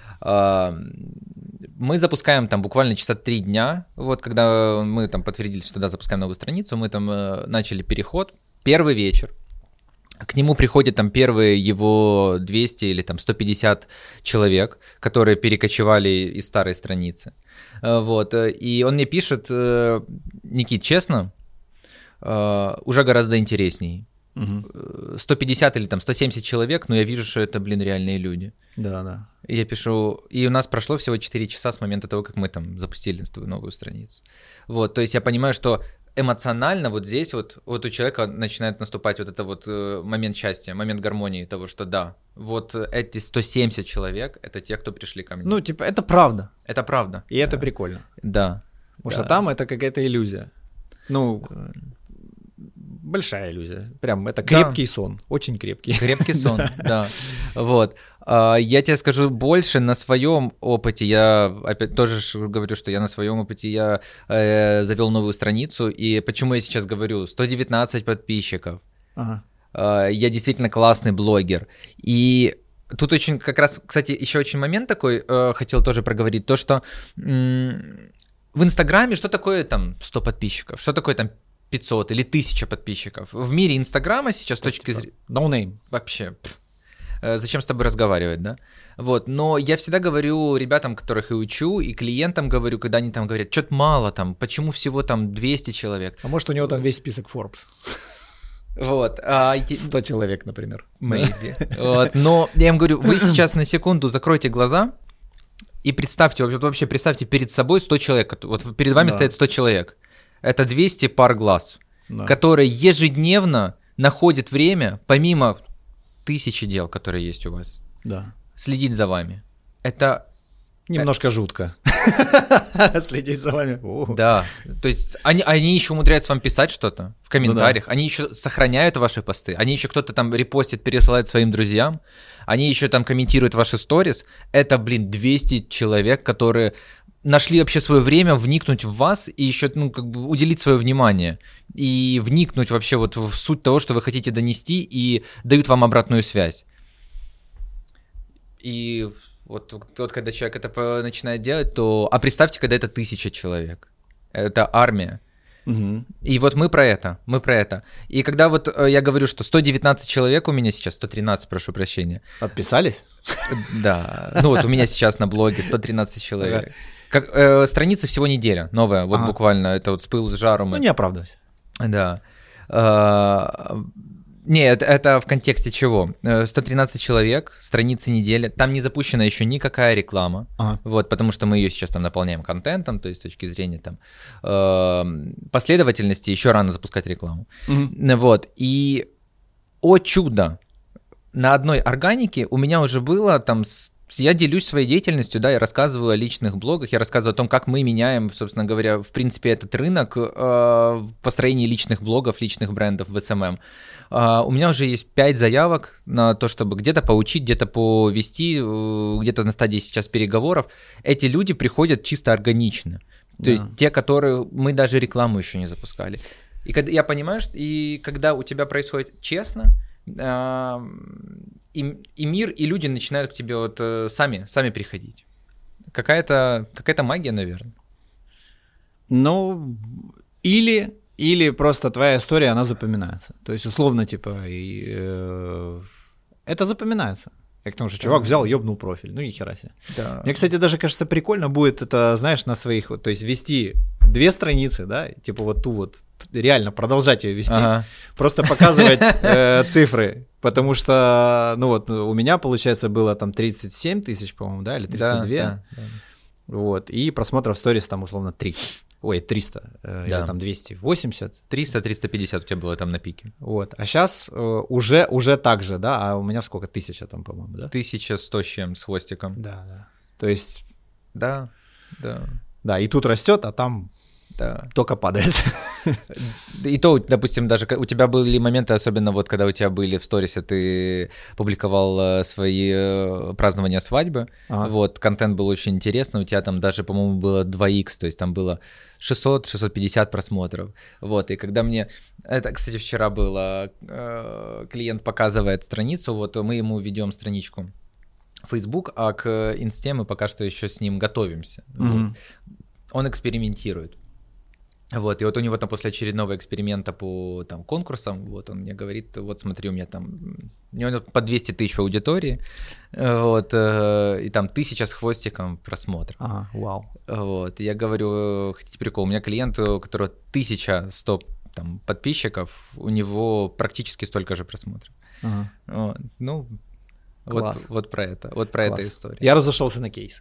Мы запускаем там буквально часа 3 дня, вот когда мы там подтвердили, что да, запускаем новую страницу, мы там начали переход, первый вечер. К нему приходят там первые его 200 или там 150 человек, которые перекочевали из старой страницы. Вот. И он мне пишет, Никит, честно, уже гораздо интересней. 150 или там 170 человек, но я вижу, что это, реальные люди. Да. И я пишу, и у нас прошло всего 4 часа с момента того, как мы там запустили твою новую страницу. Вот, то есть я понимаю, что эмоционально вот здесь вот у человека начинает наступать вот это вот момент счастья, момент гармонии того, что да, вот эти 170 человек, это те, кто пришли ко мне. Ну, типа, это правда. Это правда. И это прикольно. Да. Потому что там это какая-то иллюзия. Ну, большая иллюзия. Прям это крепкий сон, очень крепкий. Крепкий сон, да. Вот. Я тебе скажу больше, на своем опыте, я опять тоже говорю, что я на своем опыте, я завел новую страницу, и почему я сейчас говорю, 119 подписчиков, я действительно классный блогер, и тут очень как раз, кстати, еще очень момент такой, хотел тоже проговорить, то, что в Инстаграме что такое там 100 подписчиков, что такое там 500 или 1000 подписчиков, в мире Инстаграма сейчас с точки зрения... No name. Вообще... Зачем с тобой разговаривать, да? Вот, но я всегда говорю ребятам, которых и учу, и клиентам говорю, когда они там говорят, что-то мало там, почему всего там 200 человек? А может, у него там весь список Forbes? Вот. 100 человек, например. Maybe. Вот, но я им говорю, вы сейчас на секунду закройте глаза и представьте, вообще представьте перед собой 100 человек, вот перед вами стоит 100 человек. Это 200 пар глаз, которые ежедневно находят время, помимо 1000 дел, которые есть у вас, следить за вами. Это... Немножко жутко. Следить за вами. Да, то есть они еще умудряются вам писать что-то в комментариях, они еще сохраняют ваши посты, они еще кто-то там репостит, пересылает своим друзьям, они еще там комментируют ваши сторис. Это, 200 человек, которые нашли вообще свое время вникнуть в вас и еще, уделить свое внимание и вникнуть вообще вот в суть того, что вы хотите донести, и дают вам обратную связь. И вот когда человек это начинает делать, то... А представьте, когда это 1000 человек. Это армия. И вот мы про это. И когда вот я говорю, что 119 человек у меня сейчас, 113, прошу прощения. Подписались? Да. Ну вот у меня сейчас на блоге 113 человек. Страница всего неделя, новая, вот буквально, это вот с пылу, с жару. Ну не оправдывайся. Да. Нет, это в контексте чего? 113 человек, страница недели, там не запущена еще никакая реклама, вот, потому что мы ее сейчас там наполняем контентом, то есть с точки зрения там последовательности еще рано запускать рекламу. Вот, и, о чудо, на одной органике у меня уже было там Я делюсь своей деятельностью, да, я рассказываю о личных блогах, я рассказываю о том, как мы меняем, собственно говоря, в принципе, этот рынок в построении личных блогов, личных брендов в SMM. У меня уже есть 5 заявок на то, чтобы где-то поучить, где-то повести, где-то на стадии сейчас переговоров. Эти люди приходят чисто органично. То есть те, которые мы даже рекламу еще не запускали. И когда я понимаю, что и когда у тебя происходит честно, и мир, и люди начинают к тебе вот сами приходить. Какая-то магия, наверное. Ну, или просто твоя история, она запоминается. То есть, условно, типа, это запоминается. Как потому что чувак взял, ёбнул профиль. Ну, нихера себе. Да. Мне, кстати, даже кажется прикольно будет это, знаешь, на своих, то есть вести 2 страницы, да, типа вот ту вот, реально продолжать ее вести, просто показывать цифры, потому что, ну вот, у меня, получается, было там 37 тысяч, по-моему, да, или 32, да. Вот, и просмотров в сторис там условно 300, или там 280. 300-350 у тебя было там на пике. Вот, а сейчас уже так же, да, а у меня сколько, 1000 там, по-моему, да? 1100 с чем, с хвостиком. Да. То есть... Да. Да, и тут растет, а там только падает. И то, допустим, даже у тебя были моменты, особенно вот когда у тебя были в сторисе, ты публиковал свои празднования свадьбы, вот, контент был очень интересный, у тебя там даже, по-моему, было 2х, то есть там было 600-650 просмотров, вот, и когда мне, это, кстати, вчера было, клиент показывает страницу, вот, мы ему ведем страничку Facebook, а к инсте мы пока что еще с ним готовимся, вот. Он экспериментирует. Вот, и вот у него там после очередного эксперимента по там, конкурсам, вот он мне говорит, вот смотри, у меня там, у него по 200 тысяч аудитории, вот, и там 1000 с хвостиком просмотров. Ага, вау. Вот, я говорю, хотите прикол, у меня клиент, у которого 1100 там, подписчиков, у него практически столько же просмотров. Ага. Вот, ну, вот про это, вот про эту историю. Я разошелся на кейсы.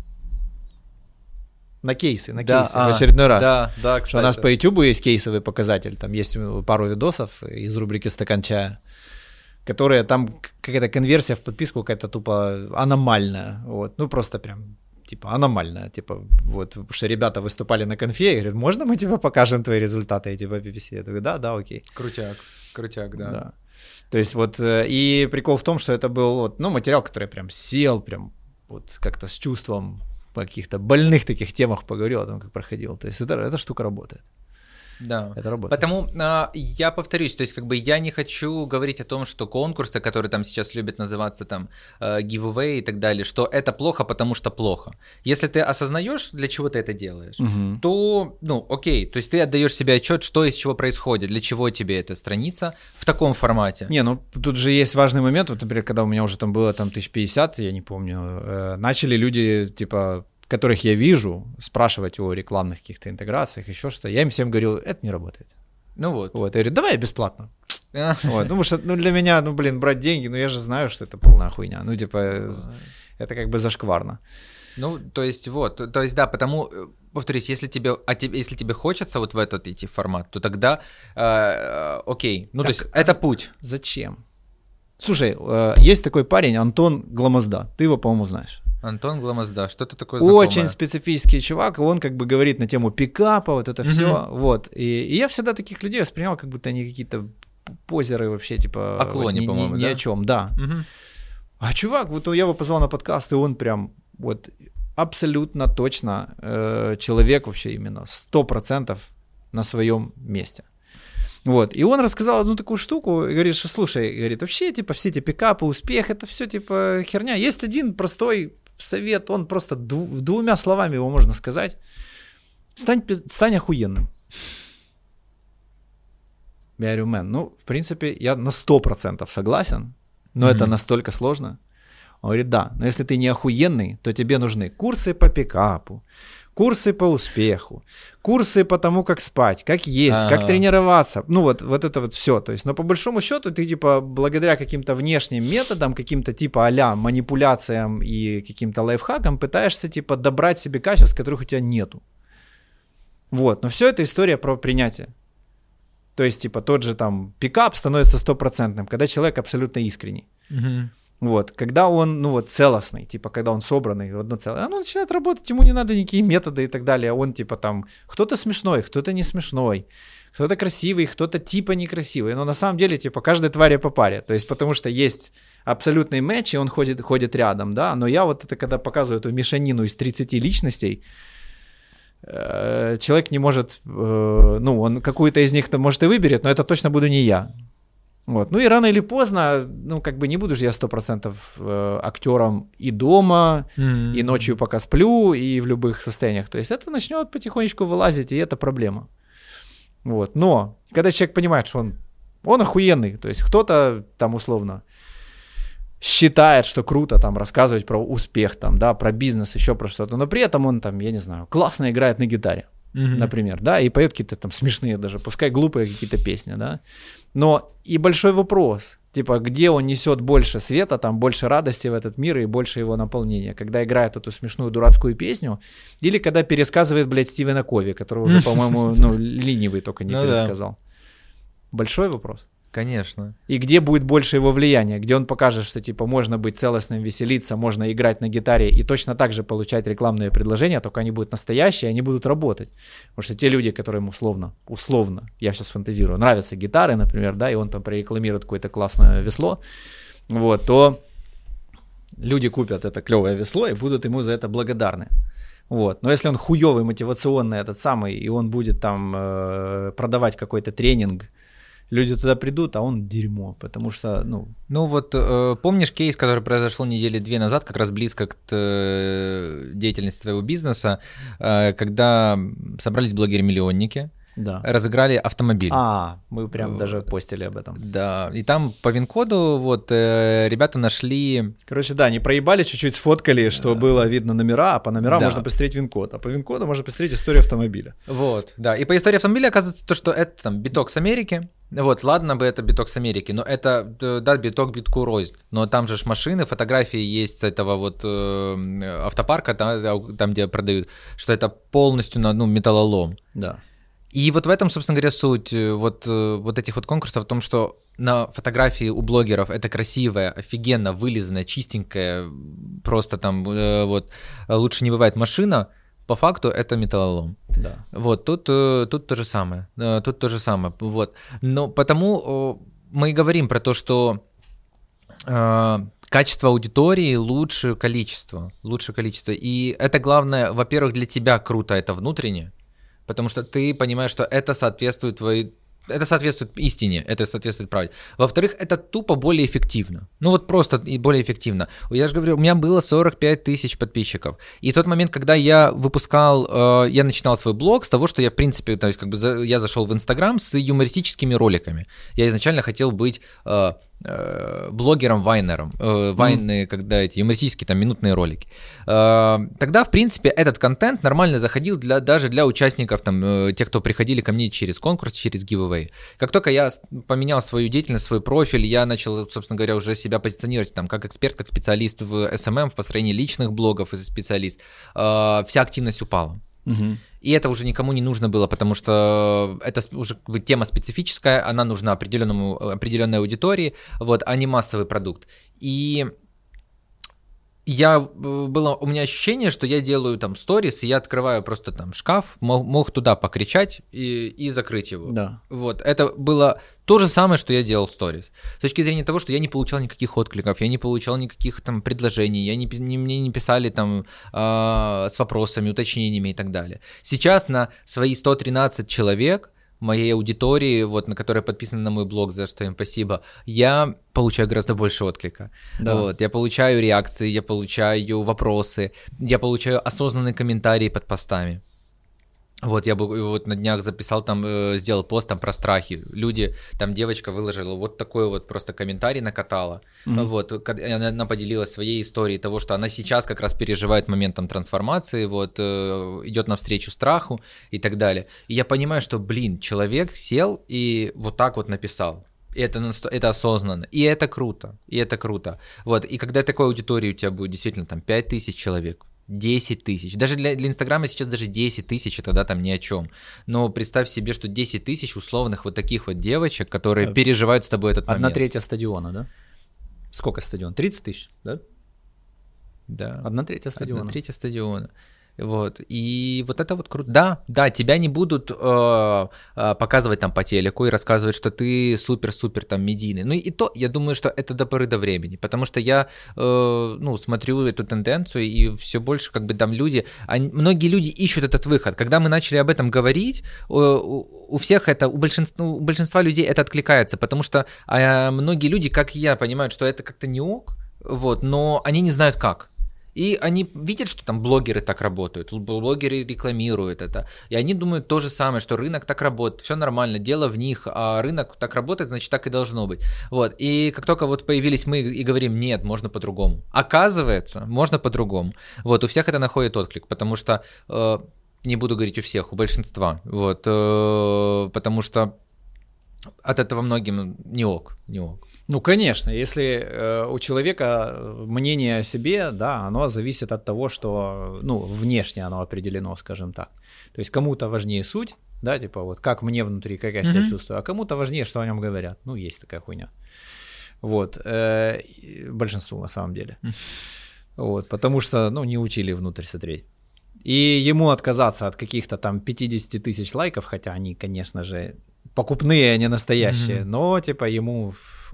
На кейсы в очередной раз. Да, кстати. Что у нас по YouTube есть кейсовый показатель, там есть пару видосов из рубрики «Стакан чая», которые там какая-то конверсия в подписку какая-то тупо аномальная, вот, ну просто прям типа аномальная, типа вот, потому что ребята выступали на конфе и говорят, можно мы тебе покажем твои результаты, и типа PPC, я такой, да, окей. Крутяк, да. То есть вот, и прикол в том, что это был вот, ну, материал, который прям сел, прям вот как-то с чувством, по каких-то больных таких темах поговорил о том, как проходил. То есть эта штука работает. Да, это работает. Потому я повторюсь, то есть как бы я не хочу говорить о том, что конкурсы, которые там сейчас любят называться там giveaway и так далее, что это плохо, потому что плохо. Если ты осознаешь, для чего ты это делаешь, то, ну, окей, то есть ты отдаешь себе отчет, что из чего происходит, для чего тебе эта страница в таком формате. Не, ну тут же есть важный момент, вот, например, когда у меня уже там было там 1050, я не помню, начали люди, типа, которых я вижу, спрашивать о рекламных каких-то интеграциях, еще что-то, я им всем говорил, это не работает. Ну вот. Я говорю, давай бесплатно. Вот, потому что, ну, для меня, ну, блин, брать деньги, ну, я же знаю, что это полная хуйня. Ну, типа, это как бы зашкварно. Ну, то есть, вот, то есть, да, потому, повторюсь, если тебе хочется вот в этот идти формат, то тогда, окей, ну, так, то есть, это путь. Зачем? Слушай, есть такой парень, Антон Гламазда, ты его, по-моему, знаешь. Антон Гламазда, что-то такое знакомое. Очень специфический чувак, и он как бы говорит на тему пикапа, вот это все, вот. И я всегда таких людей воспринимал, как будто они какие-то позеры вообще, типа... О клоне, вот, по-моему, ни да? о чем, да. А чувак, вот я его позвал на подкаст, и он прям вот абсолютно точно человек вообще именно 100% на своем месте. Вот, и он рассказал одну такую штуку, и говорит, что, слушай, говорит, вообще, типа, все эти пикапы, успех, это все, типа, херня. Есть один простой совет, он просто 2 словами его можно сказать. Стань охуенным. Я говорю, мэн, ну, в принципе, я на 100% согласен, но это настолько сложно. Он говорит, да, но если ты не охуенный, то тебе нужны курсы по пикапу, курсы по успеху, курсы по тому, как спать, как есть, как тренироваться. Ну, вот это вот все. То есть, но по большому счету ты, типа, благодаря каким-то внешним методам, каким-то типа а-ля манипуляциям и каким-то лайфхакам пытаешься, типа, добрать себе качеств, которых у тебя нету. Вот. Но все это история про принятие. То есть, типа, тот же там пикап становится 100%, когда человек абсолютно искренний. Вот, когда он, ну вот, целостный, типа, когда он собранный в одно целое, оно начинает работать, ему не надо никакие методы и так далее, он, типа, там, кто-то смешной, кто-то не смешной, кто-то красивый, кто-то типа некрасивый, но на самом деле, типа, каждой твари по паре, то есть, потому что есть абсолютный матч, и он ходит рядом, да, но я вот это, когда показываю эту мешанину из 30 личностей, человек не может, ну, он какую-то из них, может, и выберет, но это точно буду не я. Вот. Ну и рано или поздно, ну как бы не буду же я 100% актером и дома, и ночью пока сплю, и в любых состояниях. То есть это начнет потихонечку вылазить, и это проблема. Вот. Но когда человек понимает, что он охуенный, то есть кто-то там условно считает, что круто там рассказывать про успех, там, да, про бизнес, еще про что-то, но при этом он там, я не знаю, классно играет на гитаре, например, да, и поет какие-то там смешные даже, пускай глупые какие-то песни, да. Но и большой вопрос, типа, где он несет больше света, там, больше радости в этот мир и больше его наполнения, когда играет эту смешную дурацкую песню или когда пересказывает, блядь, Стивена Кови, которого уже, по-моему, ну, ленивый только не пересказал. Да. Большой вопрос. Конечно. И где будет больше его влияния, где он покажет, что, типа, можно быть целостным, веселиться, можно играть на гитаре и точно так же получать рекламные предложения, только они будут настоящие, они будут работать. Потому что те люди, которым условно, я сейчас фантазирую, нравятся гитары, например, да, и он там прорекламирует какое-то классное весло, вот, то люди купят это клевое весло и будут ему за это благодарны. Вот. Но если он хуёвый, мотивационный этот самый, и он будет там продавать какой-то тренинг, люди туда придут, а он дерьмо, потому что, ну... Ну вот, помнишь кейс, который произошел недели 2 назад, как раз близко к деятельности твоего бизнеса, когда собрались блогеры-миллионники, да. разыграли автомобиль. Мы прям даже постили об этом. Да, и там по ВИН-коду вот ребята нашли... Короче, да, они проебали, чуть-чуть сфоткали, что было видно номера, а по номерам можно посмотреть ВИН-код, а по ВИН-коду можно посмотреть историю автомобиля. Вот, да, и по истории автомобиля оказывается то, что это там биток с Америки. Вот, ладно бы это биток с Америки, но это, да, биток битку рознь, но там же ж машины, фотографии есть с этого вот автопарка, там, где продают, что это полностью металлолом. Да. И вот в этом, собственно говоря, суть вот этих вот конкурсов, в том, что на фотографии у блогеров это красивая, офигенно вылизанная, чистенькая, просто там вот лучше не бывает машина, по факту это металлолом. Да. Вот, тут то же самое. Вот. Но потому мы и говорим про то, что качество аудитории лучше количества. И это главное, во-первых, для тебя круто, это внутренне, потому что ты понимаешь, что это соответствует истине, это соответствует правде. Во-вторых, это тупо более эффективно. Ну вот просто и более эффективно. Я же говорю, у меня было 45 тысяч подписчиков. И в тот момент, когда я я начинал свой блог с того, что я, в принципе, то есть как бы я зашел в Инстаграм с юмористическими роликами. Я изначально хотел быть блогером-вайнером. Вайны, когда эти юмористические там минутные ролики. Тогда, в принципе, этот контент нормально заходил даже для участников, там, тех, кто приходили ко мне через конкурс, через giveaway. Как только я поменял свою деятельность, свой профиль, я начал, собственно говоря, уже себя позиционировать там, как эксперт, как специалист в SMM, в построении личных блогов, и специалист, вся активность упала. Угу. И это уже никому не нужно было, потому что это уже тема специфическая, она нужна определенной аудитории, вот, а не массовый продукт. И было у меня ощущение, что я делаю там сторис, и я открываю просто там шкаф, мог туда покричать и закрыть его. Да. Вот, это было то же самое, что я делал в сторис. С точки зрения того, что я не получал никаких откликов, я не получал никаких там предложений, мне не писали там с вопросами, уточнениями и так далее. Сейчас на свои 113 человек моей аудитории, вот, на которая подписана на мой блог, за что им спасибо, я получаю гораздо больше отклика. Да. Вот, я получаю реакции, я получаю вопросы, я получаю осознанные комментарии под постами. Вот, я вот на днях записал там, сделал пост там про страхи. Люди, там девочка выложила вот такой вот просто комментарий, накатала. Вот, она поделилась своей историей того, что она сейчас как раз переживает момент там трансформации, вот, идет навстречу страху и так далее. И я понимаю, что, человек сел и вот так вот написал. И это осознанно, и это круто, Вот, и когда такой аудитории у тебя будет действительно там 5000 человек, 10 тысяч. Даже для Инстаграма сейчас даже 10 тысяч, это, да, там ни о чем. Но представь себе, что 10 тысяч условных вот таких вот девочек, которые переживают с тобой этот момент. 1/3 стадиона, да? Сколько стадион? 30 тысяч, да? Да. 1/3 стадиона. 1/3 стадиона. Вот. И вот это вот круто. Да, тебя не будут показывать там по телеку и рассказывать, что ты супер-супер там медийный. Ну и то, я думаю, что это до поры до времени, потому что я, смотрю эту тенденцию, и все больше как бы там многие люди ищут этот выход. Когда мы начали об этом говорить, у всех это, у большинства людей это откликается, потому что многие люди, как и я, понимают, что это как-то не ок, вот, но они не знают как. И они видят, что там блогеры так работают, блогеры рекламируют это, и они думают то же самое, что рынок так работает, все нормально, дело в них, а рынок так работает, значит, так и должно быть. Вот. И как только вот появились мы и говорим, нет, можно по-другому. Оказывается, можно по-другому. Вот, у всех это находит отклик, потому что, не буду говорить у всех, у большинства, вот, потому что от этого многим не ок. Ну, конечно, если у человека мнение о себе, да, оно зависит от того, что, внешне оно определено, скажем так. То есть кому-то важнее суть, да, типа вот как мне внутри, как я себя чувствую, а кому-то важнее, что о нем говорят. Ну, есть такая хуйня. Вот, большинству на самом деле. Вот, потому что, не учили внутрь смотреть. И ему отказаться от каких-то там 50 тысяч лайков, хотя они, конечно же, покупные, а не настоящие, но, типа, ему,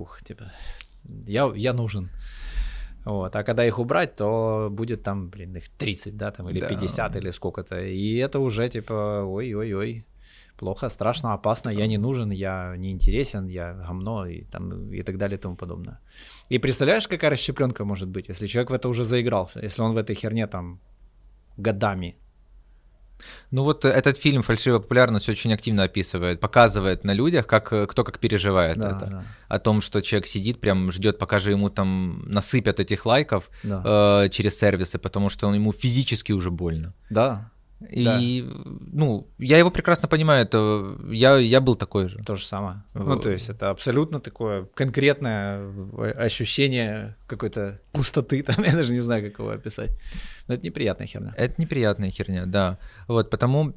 я нужен. Вот. А когда их убрать, то будет там, их 30, да, там, или 50, или сколько-то. И это уже, типа, ой-ой-ой, плохо, страшно, опасно, я не нужен, я не интересен, я говно, и так далее, и тому подобное. И представляешь, какая расщепленка может быть, если человек в это уже заигрался, если он в этой херне там годами. Ну вот этот фильм «Фальшивая популярность» очень активно описывает, показывает на людях, кто как переживает это. Да. О том, что человек сидит, прям ждет, пока же ему там насыпят этих лайков через сервисы, потому что ему физически уже больно. Да. И, я его прекрасно понимаю, это я был такой же. То же самое. То есть это абсолютно такое конкретное ощущение какой-то пустоты, там, я даже не знаю, как его описать. Но это неприятная херня. Это неприятная херня, да. Вот, потому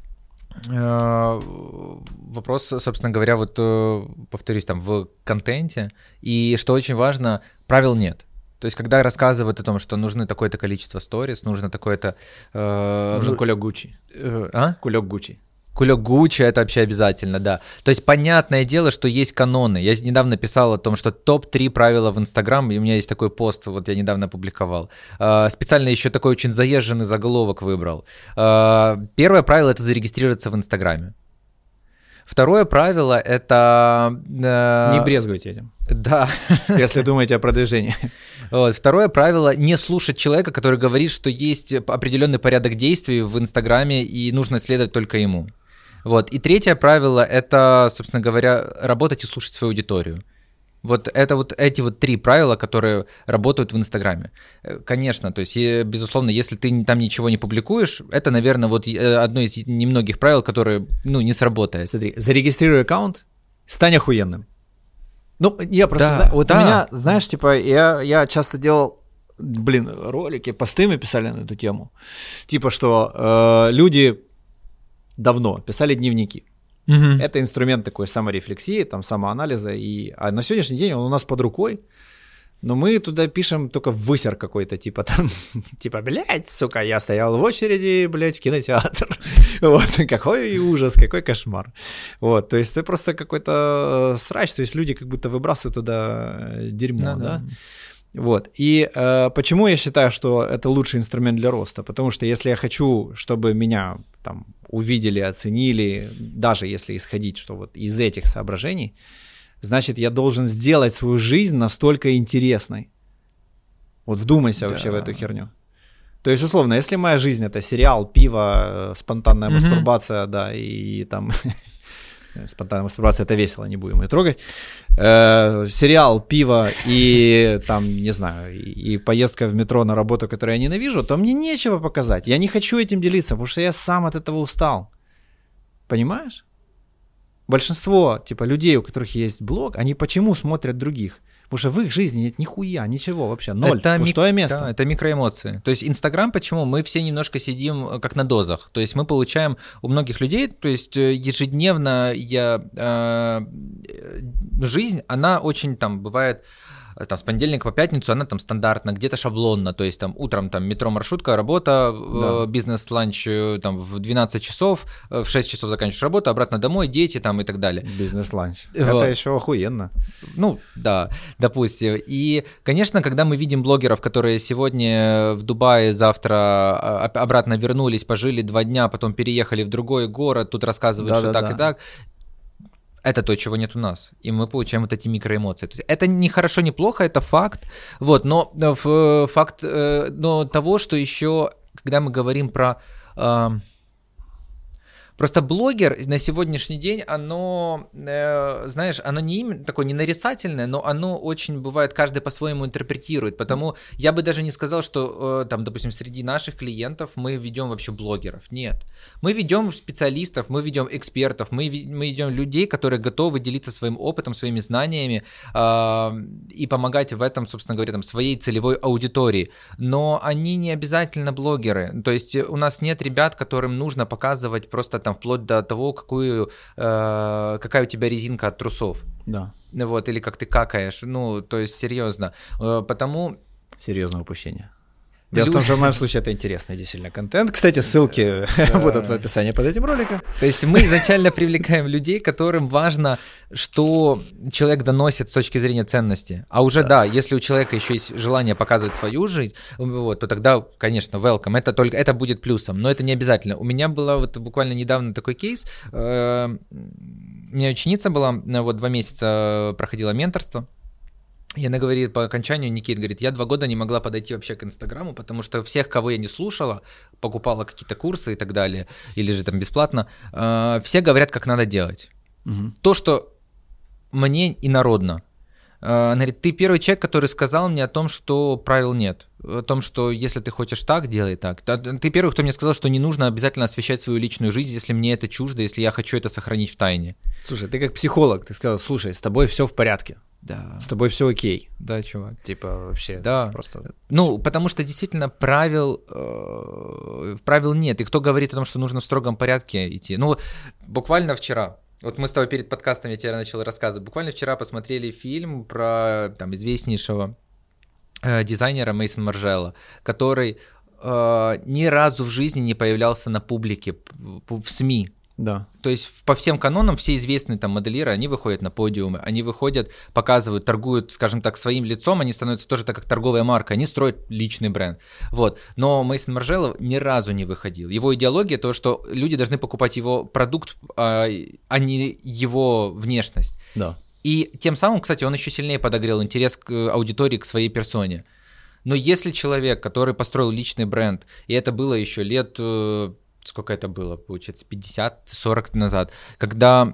вопрос, собственно говоря, вот повторюсь, там в контенте, и что очень важно, правил нет. То есть, когда рассказывают о том, что нужно такое-то количество сторис, нужно такое-то... Нужен кулек Гуччи. Кулек Гуччи. Кулек Гуччи — это вообще обязательно, да. То есть, понятное дело, что есть каноны. Я недавно писал о том, что топ-3 правила в Инстаграм, и у меня есть такой пост, вот я недавно опубликовал. Специально еще такой очень заезженный заголовок выбрал. Первое правило — это зарегистрироваться в Инстаграме. Второе правило — это... Не брезгуйте этим. Да. Если думаете о продвижении. Вот. Второе правило — не слушать человека, который говорит, что есть определенный порядок действий в Инстаграме, и нужно следовать только ему. Вот. И третье правило — это, собственно говоря, работать и слушать свою аудиторию. Вот это вот эти вот 3 правила, которые работают в Инстаграме. Конечно, то есть, безусловно, если ты там ничего не публикуешь, это, наверное, вот одно из немногих правил, которые, не сработает. Смотри, зарегистрируй аккаунт, стань охуенным. Я просто... у меня, знаешь, типа, я часто делал, ролики, посты мы писали на эту тему. Типа, что люди давно писали дневники. Это инструмент такой саморефлексии, там, самоанализа, а на сегодняшний день он у нас под рукой, но мы туда пишем только высер какой-то, блядь, сука, я стоял в очереди, блядь, в кинотеатр, вот, какой ужас, какой кошмар, вот, то есть это просто какой-то срач, то есть люди как будто выбрасывают туда дерьмо, да? Вот, и почему я считаю, что это лучший инструмент для роста, потому что если я хочу, чтобы меня там увидели, оценили, даже если исходить, что вот из этих соображений, значит, я должен сделать свою жизнь настолько интересной. Вот вдумайся вообще в эту херню. То есть, условно, если моя жизнь — это сериал, пиво, спонтанная мастурбация, да, и там... Спонтанная мастурбация — это весело, не будем ее трогать. Сериал, пиво и там, не знаю, и поездка в метро на работу, которую я ненавижу, то мне нечего показать. Я не хочу этим делиться, потому что я сам от этого устал. Понимаешь? Большинство, людей, у которых есть блог, они почему смотрят других? Потому что в их жизни нет нихуя, ничего вообще, ноль, это пустое место. Да, это микроэмоции. То есть Инстаграм, почему? Мы все немножко сидим как на дозах. То есть мы получаем у многих людей, то есть ежедневно жизнь, она очень там бывает там с понедельника по пятницу она там стандартна, где-то шаблонна, то есть там утром там метро, маршрутка, работа, бизнес-ланч там в 12 часов, в 6 часов заканчиваешь работу, обратно домой, дети там и так далее. Бизнес-ланч. Вот. Это еще охуенно. Ну, да, допустим. И, конечно, когда мы видим блогеров, которые сегодня в Дубае, завтра обратно вернулись, пожили 2 дня, потом переехали в другой город, тут рассказывают, что так и так, это то, чего нет у нас. И мы получаем вот эти микроэмоции. То есть это не хорошо, не плохо, это факт. Вот, но факт того, что еще, когда мы говорим про... Просто блогер на сегодняшний день, оно, знаешь, оно не именно такое не нарицательное, но оно очень бывает, каждый по-своему интерпретирует. Потому я бы даже не сказал, что там, допустим, среди наших клиентов мы ведем вообще блогеров. Нет. Мы ведем специалистов, мы ведем экспертов, мы ведем людей, которые готовы делиться своим опытом, своими знаниями и помогать в этом, собственно говоря, там, своей целевой аудитории. Но они не обязательно блогеры. То есть у нас нет ребят, которым нужно показывать просто там вплоть до того, какая у тебя резинка от трусов. Да. Вот, или как ты какаешь. Ну, то есть, серьезно. Потому... Серьезное упущение. Дело в том, что в моем случае это интересный действительно контент. Кстати, ссылки будут в описании под этим роликом. То есть мы изначально привлекаем людей, которым важно, что человек доносит с точки зрения ценности. А уже да, если у человека еще есть желание показывать свою жизнь, вот, то тогда, конечно, welcome. Это будет плюсом, но это не обязательно. У меня был вот буквально недавно такой кейс. У меня ученица была, вот 2 месяца проходила менторство. И она говорит, по окончанию, Никит говорит, я 2 года не могла подойти вообще к Инстаграму, потому что всех, кого я не слушала, покупала какие-то курсы и так далее, или же там бесплатно, все говорят, как надо делать. Угу. То, что мне инородно. Она говорит, ты первый человек, который сказал мне о том, что правил нет. О том, что если ты хочешь так, делай так. Ты первый, кто мне сказал, что не нужно обязательно освещать свою личную жизнь, если мне это чуждо, если я хочу это сохранить в тайне. Слушай, ты как психолог, ты сказал, слушай, с тобой все в порядке. Да. С тобой все окей. Да, чувак. Типа вообще да. просто... Ну, потому что действительно правил нет. И кто говорит о том, что нужно в строгом порядке идти? Ну, буквально вчера, вот мы с тобой перед подкастом, я тебе начал рассказывать, буквально вчера посмотрели фильм про там, известнейшего дизайнера Мейсон Маржелла, который ни разу в жизни не появлялся на публике, в СМИ. Да. То есть по всем канонам все известные там модельеры, они выходят на подиумы, они выходят, показывают, торгуют, скажем так, своим лицом, они становятся тоже так как торговая марка, они строят личный бренд. Вот. Но Мейсон Маржелло ни разу не выходил. Его идеология то, что люди должны покупать его продукт, а не его внешность. Да. И тем самым, кстати, он еще сильнее подогрел интерес к аудитории, к своей персоне. Но если человек, который построил личный бренд, и это было еще лет... Сколько это было, получается, 50-40 назад, когда,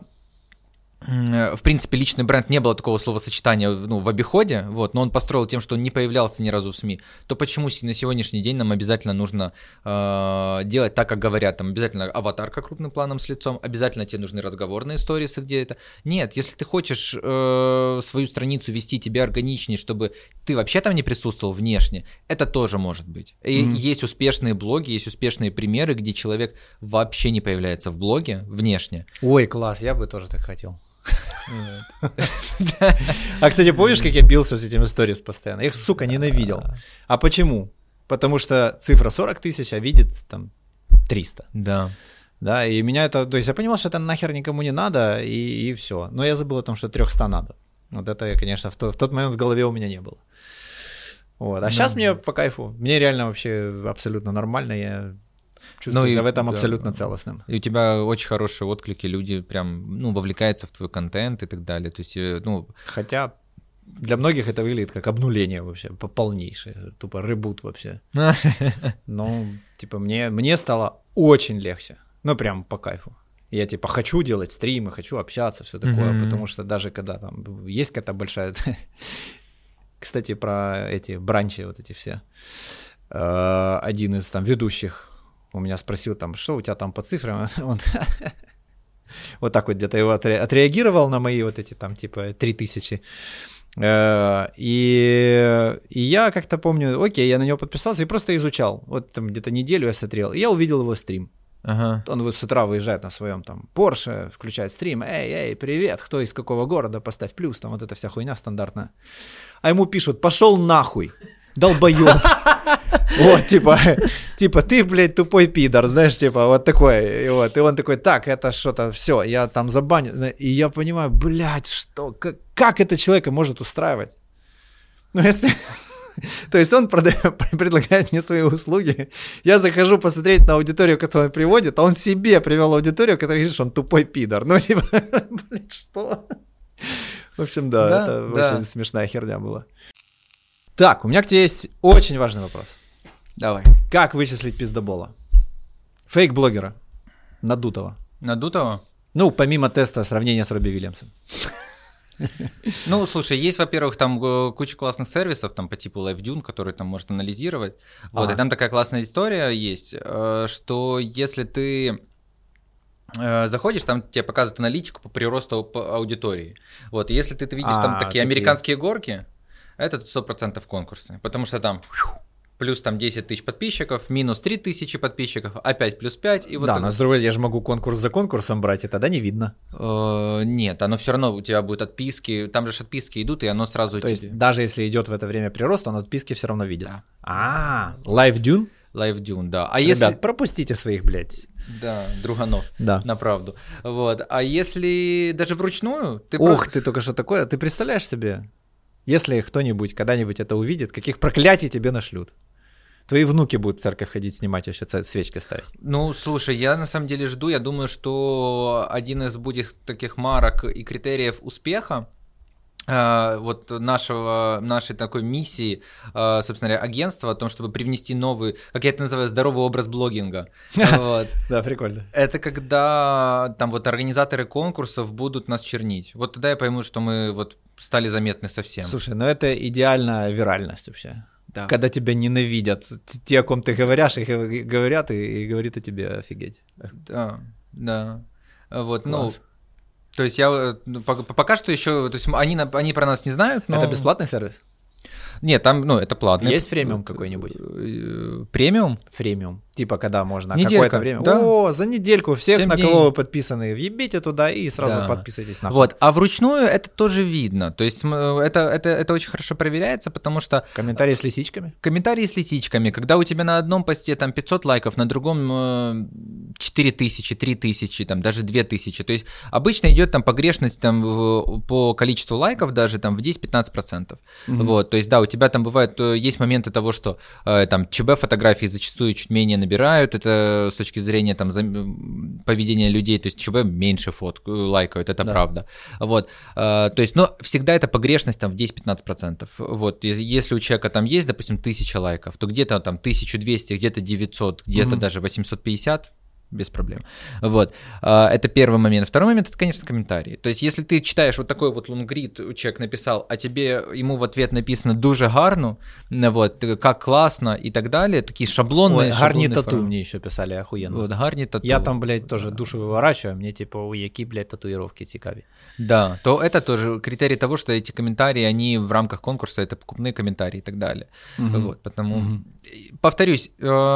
в принципе, личный бренд, не было такого словосочетания в обиходе, вот, но он построил тем, что он не появлялся ни разу в СМИ, то почему на сегодняшний день нам обязательно нужно делать так, как говорят, там обязательно аватарка крупным планом с лицом, обязательно тебе нужны разговорные сторисы где-то. Нет, если ты хочешь свою страницу вести тебе органичнее, чтобы ты вообще там не присутствовал внешне, это тоже может быть. И есть успешные блоги, есть успешные примеры, где человек вообще не появляется в блоге внешне. Ой, класс, я бы тоже так хотел. А, кстати, помнишь, как я бился с этими сторис постоянно? Я их, сука, ненавидел. А почему? Потому что цифра 40 тысяч, а видит там 300. Да. Да, и меня это... То есть я понимал, что это нахер никому не надо, и все. Но я забыл о том, что 300 надо. Вот это, конечно, в тот момент в голове у меня не было. Вот. А сейчас мне по кайфу. Мне реально вообще абсолютно нормально. Я чувствую себя в этом абсолютно целостным. И у тебя очень хорошие отклики, люди прям, вовлекаются в твой контент и так далее. То есть, Хотя для многих это выглядит как обнуление вообще, полнейшее, тупо ребут вообще. Но, типа, мне стало очень легче. Прям по кайфу. Я, типа, хочу делать стримы, хочу общаться, все такое, потому что даже когда там есть какая-то большая... Кстати, про эти бранчи вот эти все. Один из там ведущих у меня спросил там, что у тебя там по цифрам? Он вот так вот где-то его отреагировал на мои вот эти там типа 3000. И я как-то помню, окей, я на него подписался и просто изучал. Вот там где-то неделю я смотрел, и я увидел его стрим. Ага. Он вот с утра выезжает на своем там Porsche, включает стрим, эй, привет, кто из какого города, поставь плюс, там вот эта вся хуйня стандартная. А ему пишут, пошел нахуй, долбоёб. Вот, типа, ты, блядь, тупой пидор, знаешь, типа, вот такой, и вот, и он такой, так, это что-то, все, я там забанил, и я понимаю, блядь, что, как это человека может устраивать? Ну, если... То есть он предлагает мне свои услуги, я захожу посмотреть на аудиторию, которую он приводит, а он себе привел аудиторию, которая говорит, что он тупой пидор. Ну, типа, блядь, что? В общем, да, это очень смешная херня была. Так, у меня к тебе есть очень важный вопрос. Давай. Как вычислить пиздобола? Фейк-блогера. Надутого. Надутого? Ну, помимо теста сравнения с Робби Уильямсом. Ну, слушай, есть, во-первых, там куча классных сервисов, там по типу LiveDune, который там может анализировать. Вот, и там такая классная история есть, что если ты заходишь, там тебе показывают аналитику по приросту аудитории. Вот, если ты видишь там такие американские горки, это 100% конкурсы, потому что там... Плюс там 10 тысяч подписчиков, минус 3 тысячи подписчиков, опять плюс 5. И вот да, но с другой, я же могу конкурс за конкурсом брать, и тогда не видно. Нет, оно все равно у тебя будут отписки, там же отписки идут, и оно сразу То есть даже если идет в это время прирост, он отписки все равно видит. Да. LiveDune? LiveDune, да. А Ребят, если... пропустите своих, блядь. Да, друганов, да. На правду. Вот. А если даже вручную... Ты только что такое, ты представляешь себе, если кто-нибудь когда-нибудь это увидит, каких проклятий тебе нашлют? Твои внуки будут в церковь ходить, снимать, еще свечки ставить. Ну, слушай, я на самом деле жду, я думаю, что один из будет таких марок и критериев успеха вот нашей такой миссии, собственно говоря, агентства о том, чтобы привнести новый, как я это называю, здоровый образ блогинга. Да, прикольно. Это когда там вот организаторы конкурсов будут нас чернить. Вот тогда я пойму, что мы вот стали заметны совсем. Слушай, ну это идеальная виральность вообще. Да. Когда тебя ненавидят, те, о ком ты говоришь, их говорят и говорит о тебе офигеть. Да. Вот, класс. Ну, то есть я пока что еще, то есть они про нас не знают, но... Это бесплатный сервис? Нет, там, ну, это платно. Есть премиум какой-нибудь? Премиум? Фремиум. Типа, когда можно неделька, какое-то время. Да. О, за недельку всех, 7 на дней. кого вы подписаны, въебите туда и сразу подписывайтесь нахуй. Вот, а вручную это тоже видно. То есть это очень хорошо проверяется, потому что... Комментарии с лисичками? Комментарии с лисичками. Когда у тебя на одном посте там 500 лайков, на другом 4000, 3000, там даже 2000. То есть обычно идет там погрешность там, по количеству лайков даже там в 10-15%. Вот, то есть да, у тебя там бывает, есть моменты того, что там ЧБ фотографии зачастую чуть менее набирают, это с точки зрения там поведения людей, то есть ЧБ меньше лайкают, это правда. Вот, то есть, но всегда это погрешность там в 10-15%. Вот, если у человека там есть, допустим, 1000 лайков, то где-то там 1200, где-то 900, где-то даже 850, без проблем. Вот. Это первый момент. Второй момент — это, конечно, комментарии. То есть, если ты читаешь вот такой вот лонгрид, человек написал, а ему в ответ написано «дуже гарно», вот, «как классно» и так далее, такие шаблонные... Гарни тату мне еще писали, охуенно. Вот, гарни тату. Я там, блядь, тоже душу выворачиваю, мне типа, які, блядь, татуировки цікаві. Да, то это тоже критерий того, что эти комментарии, они в рамках конкурса, это покупные комментарии и так далее. Вот, потому... Повторюсь,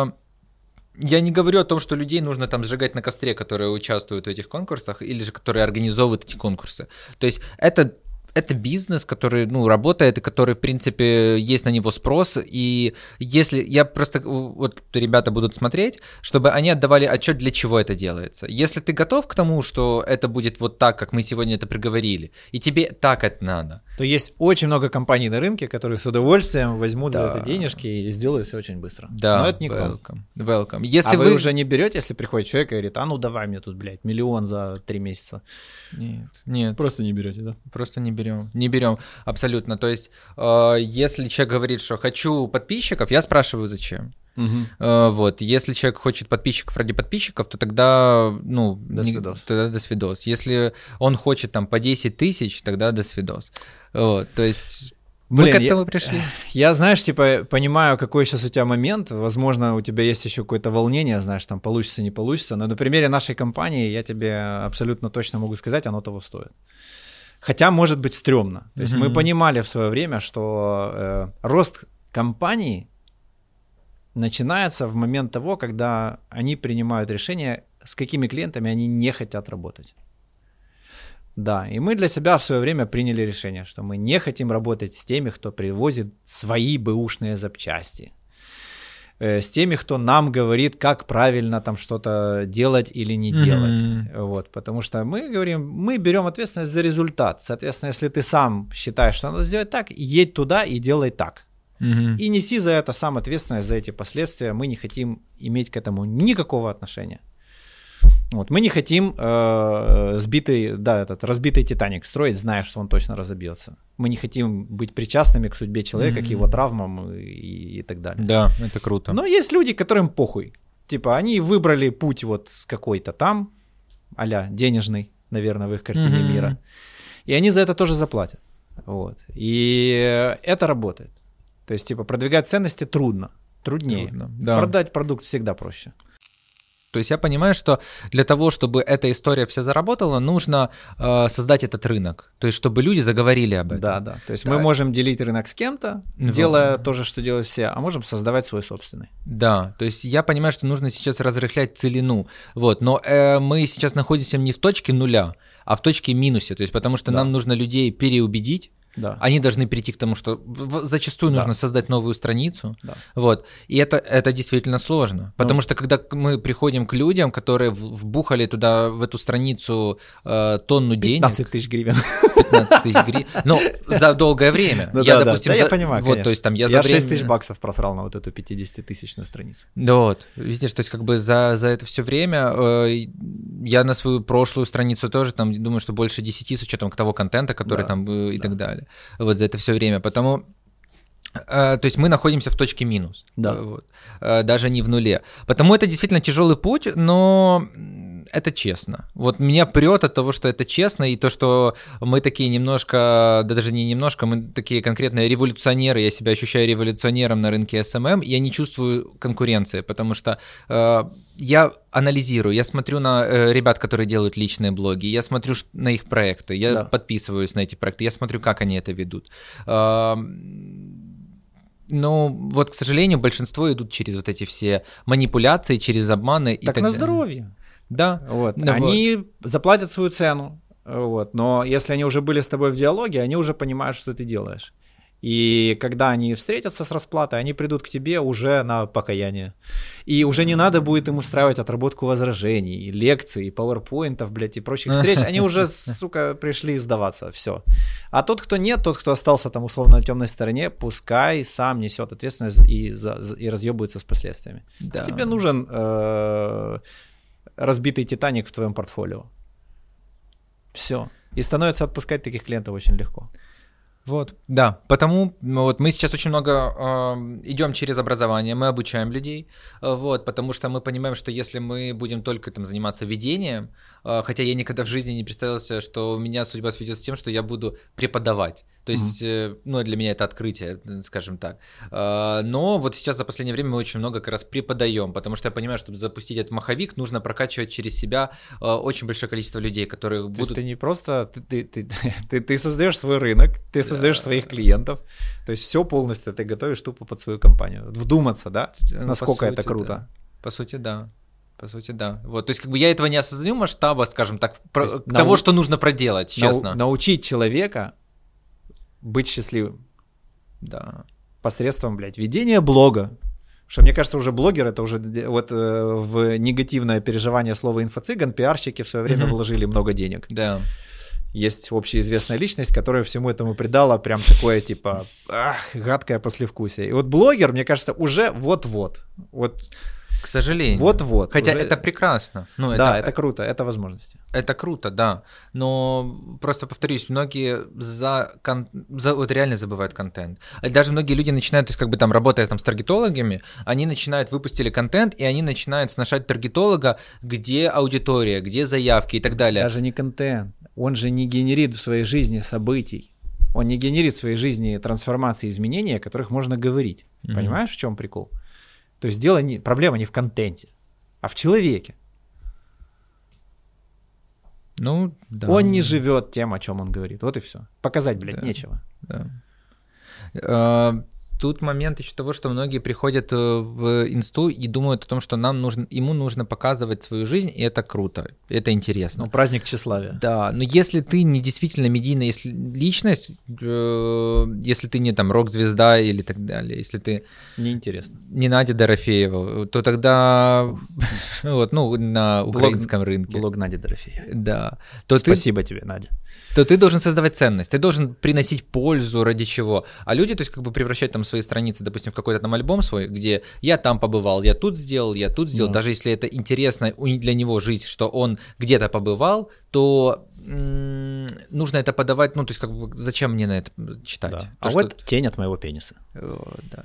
я не говорю о том, что людей нужно там сжигать на костре, которые участвуют в этих конкурсах, или же которые организовывают эти конкурсы. То есть это бизнес, который, ну, работает, и который, в принципе, есть на него спрос, и если я просто, вот ребята будут смотреть, чтобы они отдавали отчет, для чего это делается. Если ты готов к тому, что это будет вот так, как мы сегодня это приговорили, и тебе так это надо, то есть очень много компаний на рынке, которые с удовольствием возьмут за это денежки и сделают все очень быстро. Да, но это не welcome. Если вы уже не берете, если приходит человек и говорит, а ну давай мне тут, блядь, 1 000 000 за 3 месяца. Нет. Просто не берете, да? Просто не берем, абсолютно. То есть, если человек говорит, что хочу подписчиков, я спрашиваю, зачем. Вот, если человек хочет подписчиков ради подписчиков, то тогда, ну, тогда до свидос. Если он хочет там по 10 тысяч, тогда до свидос. Вот, то есть... Мы к этому пришли. Я, знаешь, типа, понимаю, какой сейчас у тебя момент. Возможно, у тебя есть еще какое-то волнение, знаешь, там, получится, не получится. Но на примере нашей компании я тебе абсолютно точно могу сказать, оно того стоит. Хотя, может быть, стрёмно. То есть мы понимали в свое время, что рост компании начинается в момент того, когда они принимают решение, с какими клиентами они не хотят работать. Да, и мы для себя в свое время приняли решение, что мы не хотим работать с теми, кто привозит свои бэушные запчасти, с теми, кто нам говорит, как правильно там что-то делать или не делать. Вот, потому что мы говорим, мы берем ответственность за результат. Соответственно, если ты сам считаешь, что надо сделать так, едь туда и делай так. И неси за это сам ответственность, за эти последствия. Мы не хотим иметь к этому никакого отношения. Вот. Мы не хотим разбитый «Титаник» строить, зная, что он точно разобьется. Мы не хотим быть причастными к судьбе человека, к его травмам и так далее. Да, это круто. Но есть люди, которым похуй. Типа они выбрали путь вот какой-то там, а-ля денежный, наверное, в их картине мира. И они за это тоже заплатят. Вот. И это работает. То есть, типа, продвигать ценности труднее. Да. Продать продукт всегда проще. То есть я понимаю, что для того, чтобы эта история вся заработала, нужно создать этот рынок. То есть чтобы люди заговорили об этом. Да. То есть мы можем делить рынок с кем-то, делая то же, что делают все, а можем создавать свой собственный. Да, то есть я понимаю, что нужно сейчас разрыхлять целину. Вот, но мы сейчас находимся не в точке нуля, а в точке минусе. То есть потому что нам нужно людей переубедить. Да. Они должны прийти к тому, что зачастую нужно создать новую страницу. Да. Вот. И это действительно сложно. Потому что когда мы приходим к людям, которые вбухали туда, в эту страницу тонну денег. 15 тысяч гривен. 15 тысяч гривен. Ну, за долгое время. Я понимаю, вот, то есть, там, я 6 тысяч баксов просрал на вот эту 50-тысячную страницу. Да вот. Видишь, то есть как бы за это все время я на свою прошлую страницу тоже там думаю, что больше 10 с учетом того контента, который там и так далее. Вот за это все время. Потому, то есть мы находимся в точке минус, вот, даже не в нуле. Потому это действительно тяжелый путь, но это честно. Вот меня прет от того, что это честно, и то, что мы такие немножко, да даже не немножко, мы такие конкретные революционеры, я себя ощущаю революционером на рынке SMM, я не чувствую конкуренции, потому что я анализирую, я смотрю на ребят, которые делают личные блоги, я смотрю на их проекты, я подписываюсь на эти проекты, я смотрю, как они это ведут. Но вот, к сожалению, большинство идут через вот эти все манипуляции, через обманы. Так и на здоровье. Да. Вот. Они заплатят свою цену, вот. Но если они уже были с тобой в диалоге, они уже понимают, что ты делаешь. И когда они встретятся с расплатой, они придут к тебе уже на покаяние. И уже не надо будет им устраивать отработку возражений, лекций, пауэрпоинтов, блядь, и прочих встреч. Они уже, сука, пришли сдаваться, все. А тот, кто нет, тот, кто остался там условно на темной стороне, пускай сам несет ответственность и разъебывается с последствиями. Да. Тебе нужен разбитый «Титаник» в твоем портфолио. Все. И становится отпускать таких клиентов очень легко. Вот, да, потому вот мы сейчас очень много идем через образование, мы обучаем людей, вот, потому что мы понимаем, что если мы будем только там заниматься ведением, хотя я никогда в жизни не представлял себе, что у меня судьба сведется с тем, что я буду преподавать. То есть, ну, для меня это открытие, скажем так. Но вот сейчас за последнее время мы очень много как раз преподаем, потому что я понимаю, чтобы запустить этот маховик, нужно прокачивать через себя очень большое количество людей, которые будут... То есть ты не просто... Ты создаешь свой рынок, ты создаешь своих клиентов, то есть все полностью ты готовишь тупо под свою компанию. Вдуматься, да? Насколько это круто. Да. По сути, да. По сути, да. Вот, то есть, как бы я этого не осознаю масштаба, скажем так, того, что нужно проделать, честно. Научить человека быть счастливым. Да. Посредством, блядь, ведения блога. Что мне кажется, уже блогер, это уже вот в негативное переживание слова инфо-цыган пиарщики в свое время вложили много денег. Да. Есть общеизвестная личность, которая всему этому придала прям такое, типа, гадкое послевкусие. И вот блогер, мне кажется, уже вот-вот. Вот. К сожалению. Вот-вот. Хотя уже... это прекрасно. Ну, да, это круто, это возможности. Это круто, да. Но просто повторюсь, многие вот реально забывают контент. Даже многие люди начинают, то есть как бы там работая там с таргетологами, они начинают, выпустили контент, и они начинают сношать таргетолога, где аудитория, где заявки и так далее. Даже не контент. Он же не генерит в своей жизни событий. Он не генерит в своей жизни трансформации, изменений, о которых можно говорить. Понимаешь, в чем прикол? То есть проблема не в контенте, а в человеке. Ну, да. Он не живет тем, о чем он говорит. Вот и все. Показать, блядь, нечего. Да. Тут момент еще того, что многие приходят в инсту и думают о том, что ему нужно показывать свою жизнь, и это круто, это интересно. Ну, праздник тщеславия. Да, но если ты не действительно медийная личность, если ты не там рок-звезда или так далее, если ты... Неинтересно. Не Надя Дорофеева, то тогда вот, ну, на украинском рынке. Блог Нади Дорофеевой. Да. Спасибо тебе, Надя. То ты должен создавать ценность, ты должен приносить пользу ради чего. А люди, то есть, как бы превращать там свои страницы, допустим, в какой-то там альбом свой, где я там побывал, я тут сделал, даже если это интересно для него жизнь, что он где-то побывал, то нужно это подавать, ну, то есть, как бы, зачем мне на это читать? Да. А вот тень от моего пениса. Да.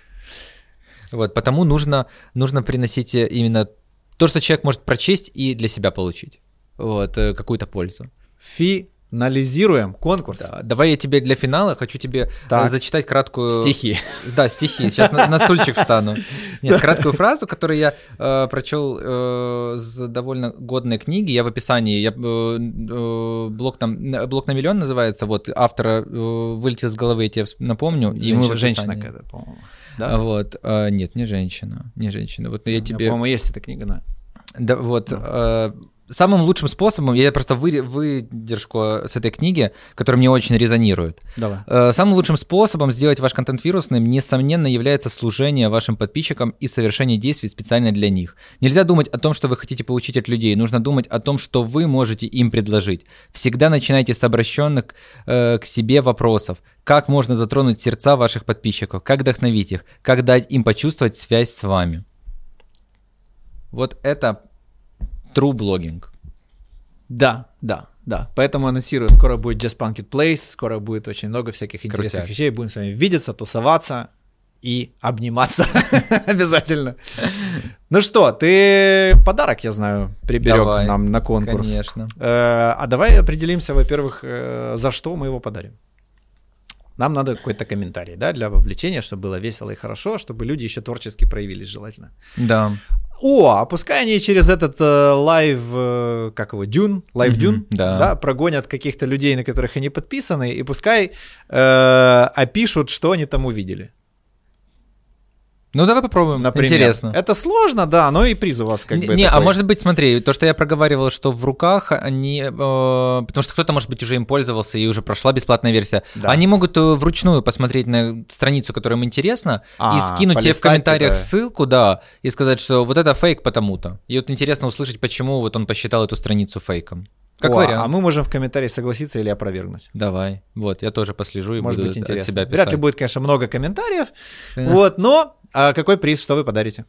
Вот, потому нужно приносить именно то, что человек может прочесть и для себя получить, вот, какую-то пользу. Финализируем конкурс. Да, давай я тебе для финала хочу тебе зачитать краткую... Стихи. Да, стихи. Сейчас на стульчик встану. Нет, краткую фразу, которую я прочел с довольно годной книги. Я в описании, блок на миллион называется, вот, автора вылетел с головы, я тебе напомню. Женщина какая-то, по-моему. Да? Вот, нет, не женщина. Вот я тебе... По-моему, есть эта книга, да. Да, вот... Самым лучшим способом, я просто выдержку с этой книги, которая мне очень резонирует. Давай. Самым лучшим способом сделать ваш контент вирусным, несомненно, является служение вашим подписчикам и совершение действий специально для них. Нельзя думать о том, что вы хотите получить от людей, нужно думать о том, что вы можете им предложить. Всегда начинайте с обращенных к себе вопросов. Как можно затронуть сердца ваших подписчиков, как вдохновить их, как дать им почувствовать связь с вами. Вот это... True блогинг. Да. Поэтому анонсирую, скоро будет Just Punked Place, скоро будет очень много всяких интересных вещей. Будем с вами видеться, тусоваться и обниматься обязательно. Ну что, ты подарок, я знаю, приберег нам на конкурс. Конечно. А давай определимся, во-первых, за что мы его подарим. Нам надо какой-то комментарий, да, для вовлечения, чтобы было весело и хорошо, чтобы люди еще творчески проявились желательно. Да. А пускай они через этот Dune, да, прогонят каких-то людей, на которых они подписаны, и пускай опишут, что они там увидели. Ну, давай попробуем, например. Интересно. Это сложно, да, но и приз у вас как бы Не, такой. а может быть, смотри, то, что я проговаривал, что в руках они... потому что кто-то, может быть, уже им пользовался, и уже прошла бесплатная версия. Да. Они могут вручную посмотреть на страницу, которая им интересна, и скинуть тебе в комментариях ссылку, да, и сказать, что вот это фейк потому-то. И вот интересно услышать, почему вот он посчитал эту страницу фейком. Как вариант. А мы можем в комментарии согласиться или опровергнуть. Давай. Вот, я тоже послежу и может буду быть интересно. От себя писать. Вряд ли будет, конечно, много комментариев. Вот, но какой приз, что вы подарите?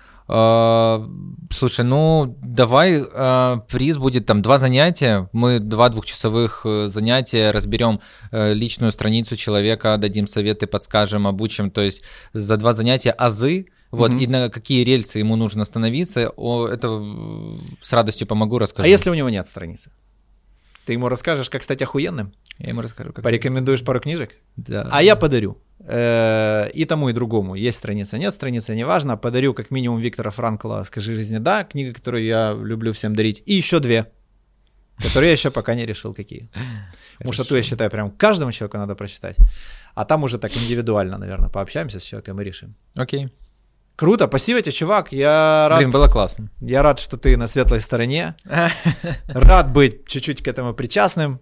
Слушай, ну давай приз будет там 2 занятия. Мы 2 двухчасовых занятия разберем личную страницу человека, дадим советы, подскажем, обучим. То есть за 2 занятия азы. Вот, и на какие рельсы ему нужно становиться, это с радостью помогу, расскажу. А если у него нет страницы? Ты ему расскажешь, как стать охуенным? Я ему расскажу. Как порекомендуешь пару книжек? Да. А я подарю. И тому, и другому. Есть страница, нет страницы, неважно. Подарю как минимум Виктора Франкла «Скажи жизни да», книга, которую я люблю всем дарить. И еще 2, которые я еще пока не решил, какие. Потому что ту, я считаю, прям каждому человеку надо прочитать. А там уже так индивидуально, наверное, пообщаемся с человеком и решим. Окей. Круто, спасибо тебе, чувак. Я рад. Блин, было классно. Я рад, что ты на светлой стороне. Рад быть чуть-чуть к этому причастным.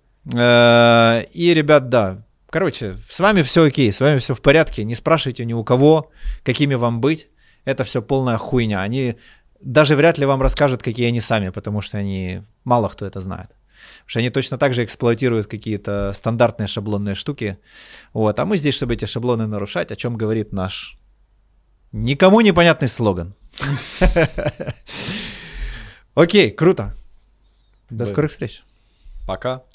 И, ребят, да. Короче, с вами все окей, с вами все в порядке. Не спрашивайте ни у кого, какими вам быть. Это все полная хуйня. Они даже вряд ли вам расскажут, какие они сами, потому что они мало кто это знает. Потому что они точно так же эксплуатируют какие-то стандартные шаблонные штуки. Вот. А мы здесь, чтобы эти шаблоны нарушать, о чем говорит наш никому непонятный слоган. Окей, круто. До скорых встреч. Пока.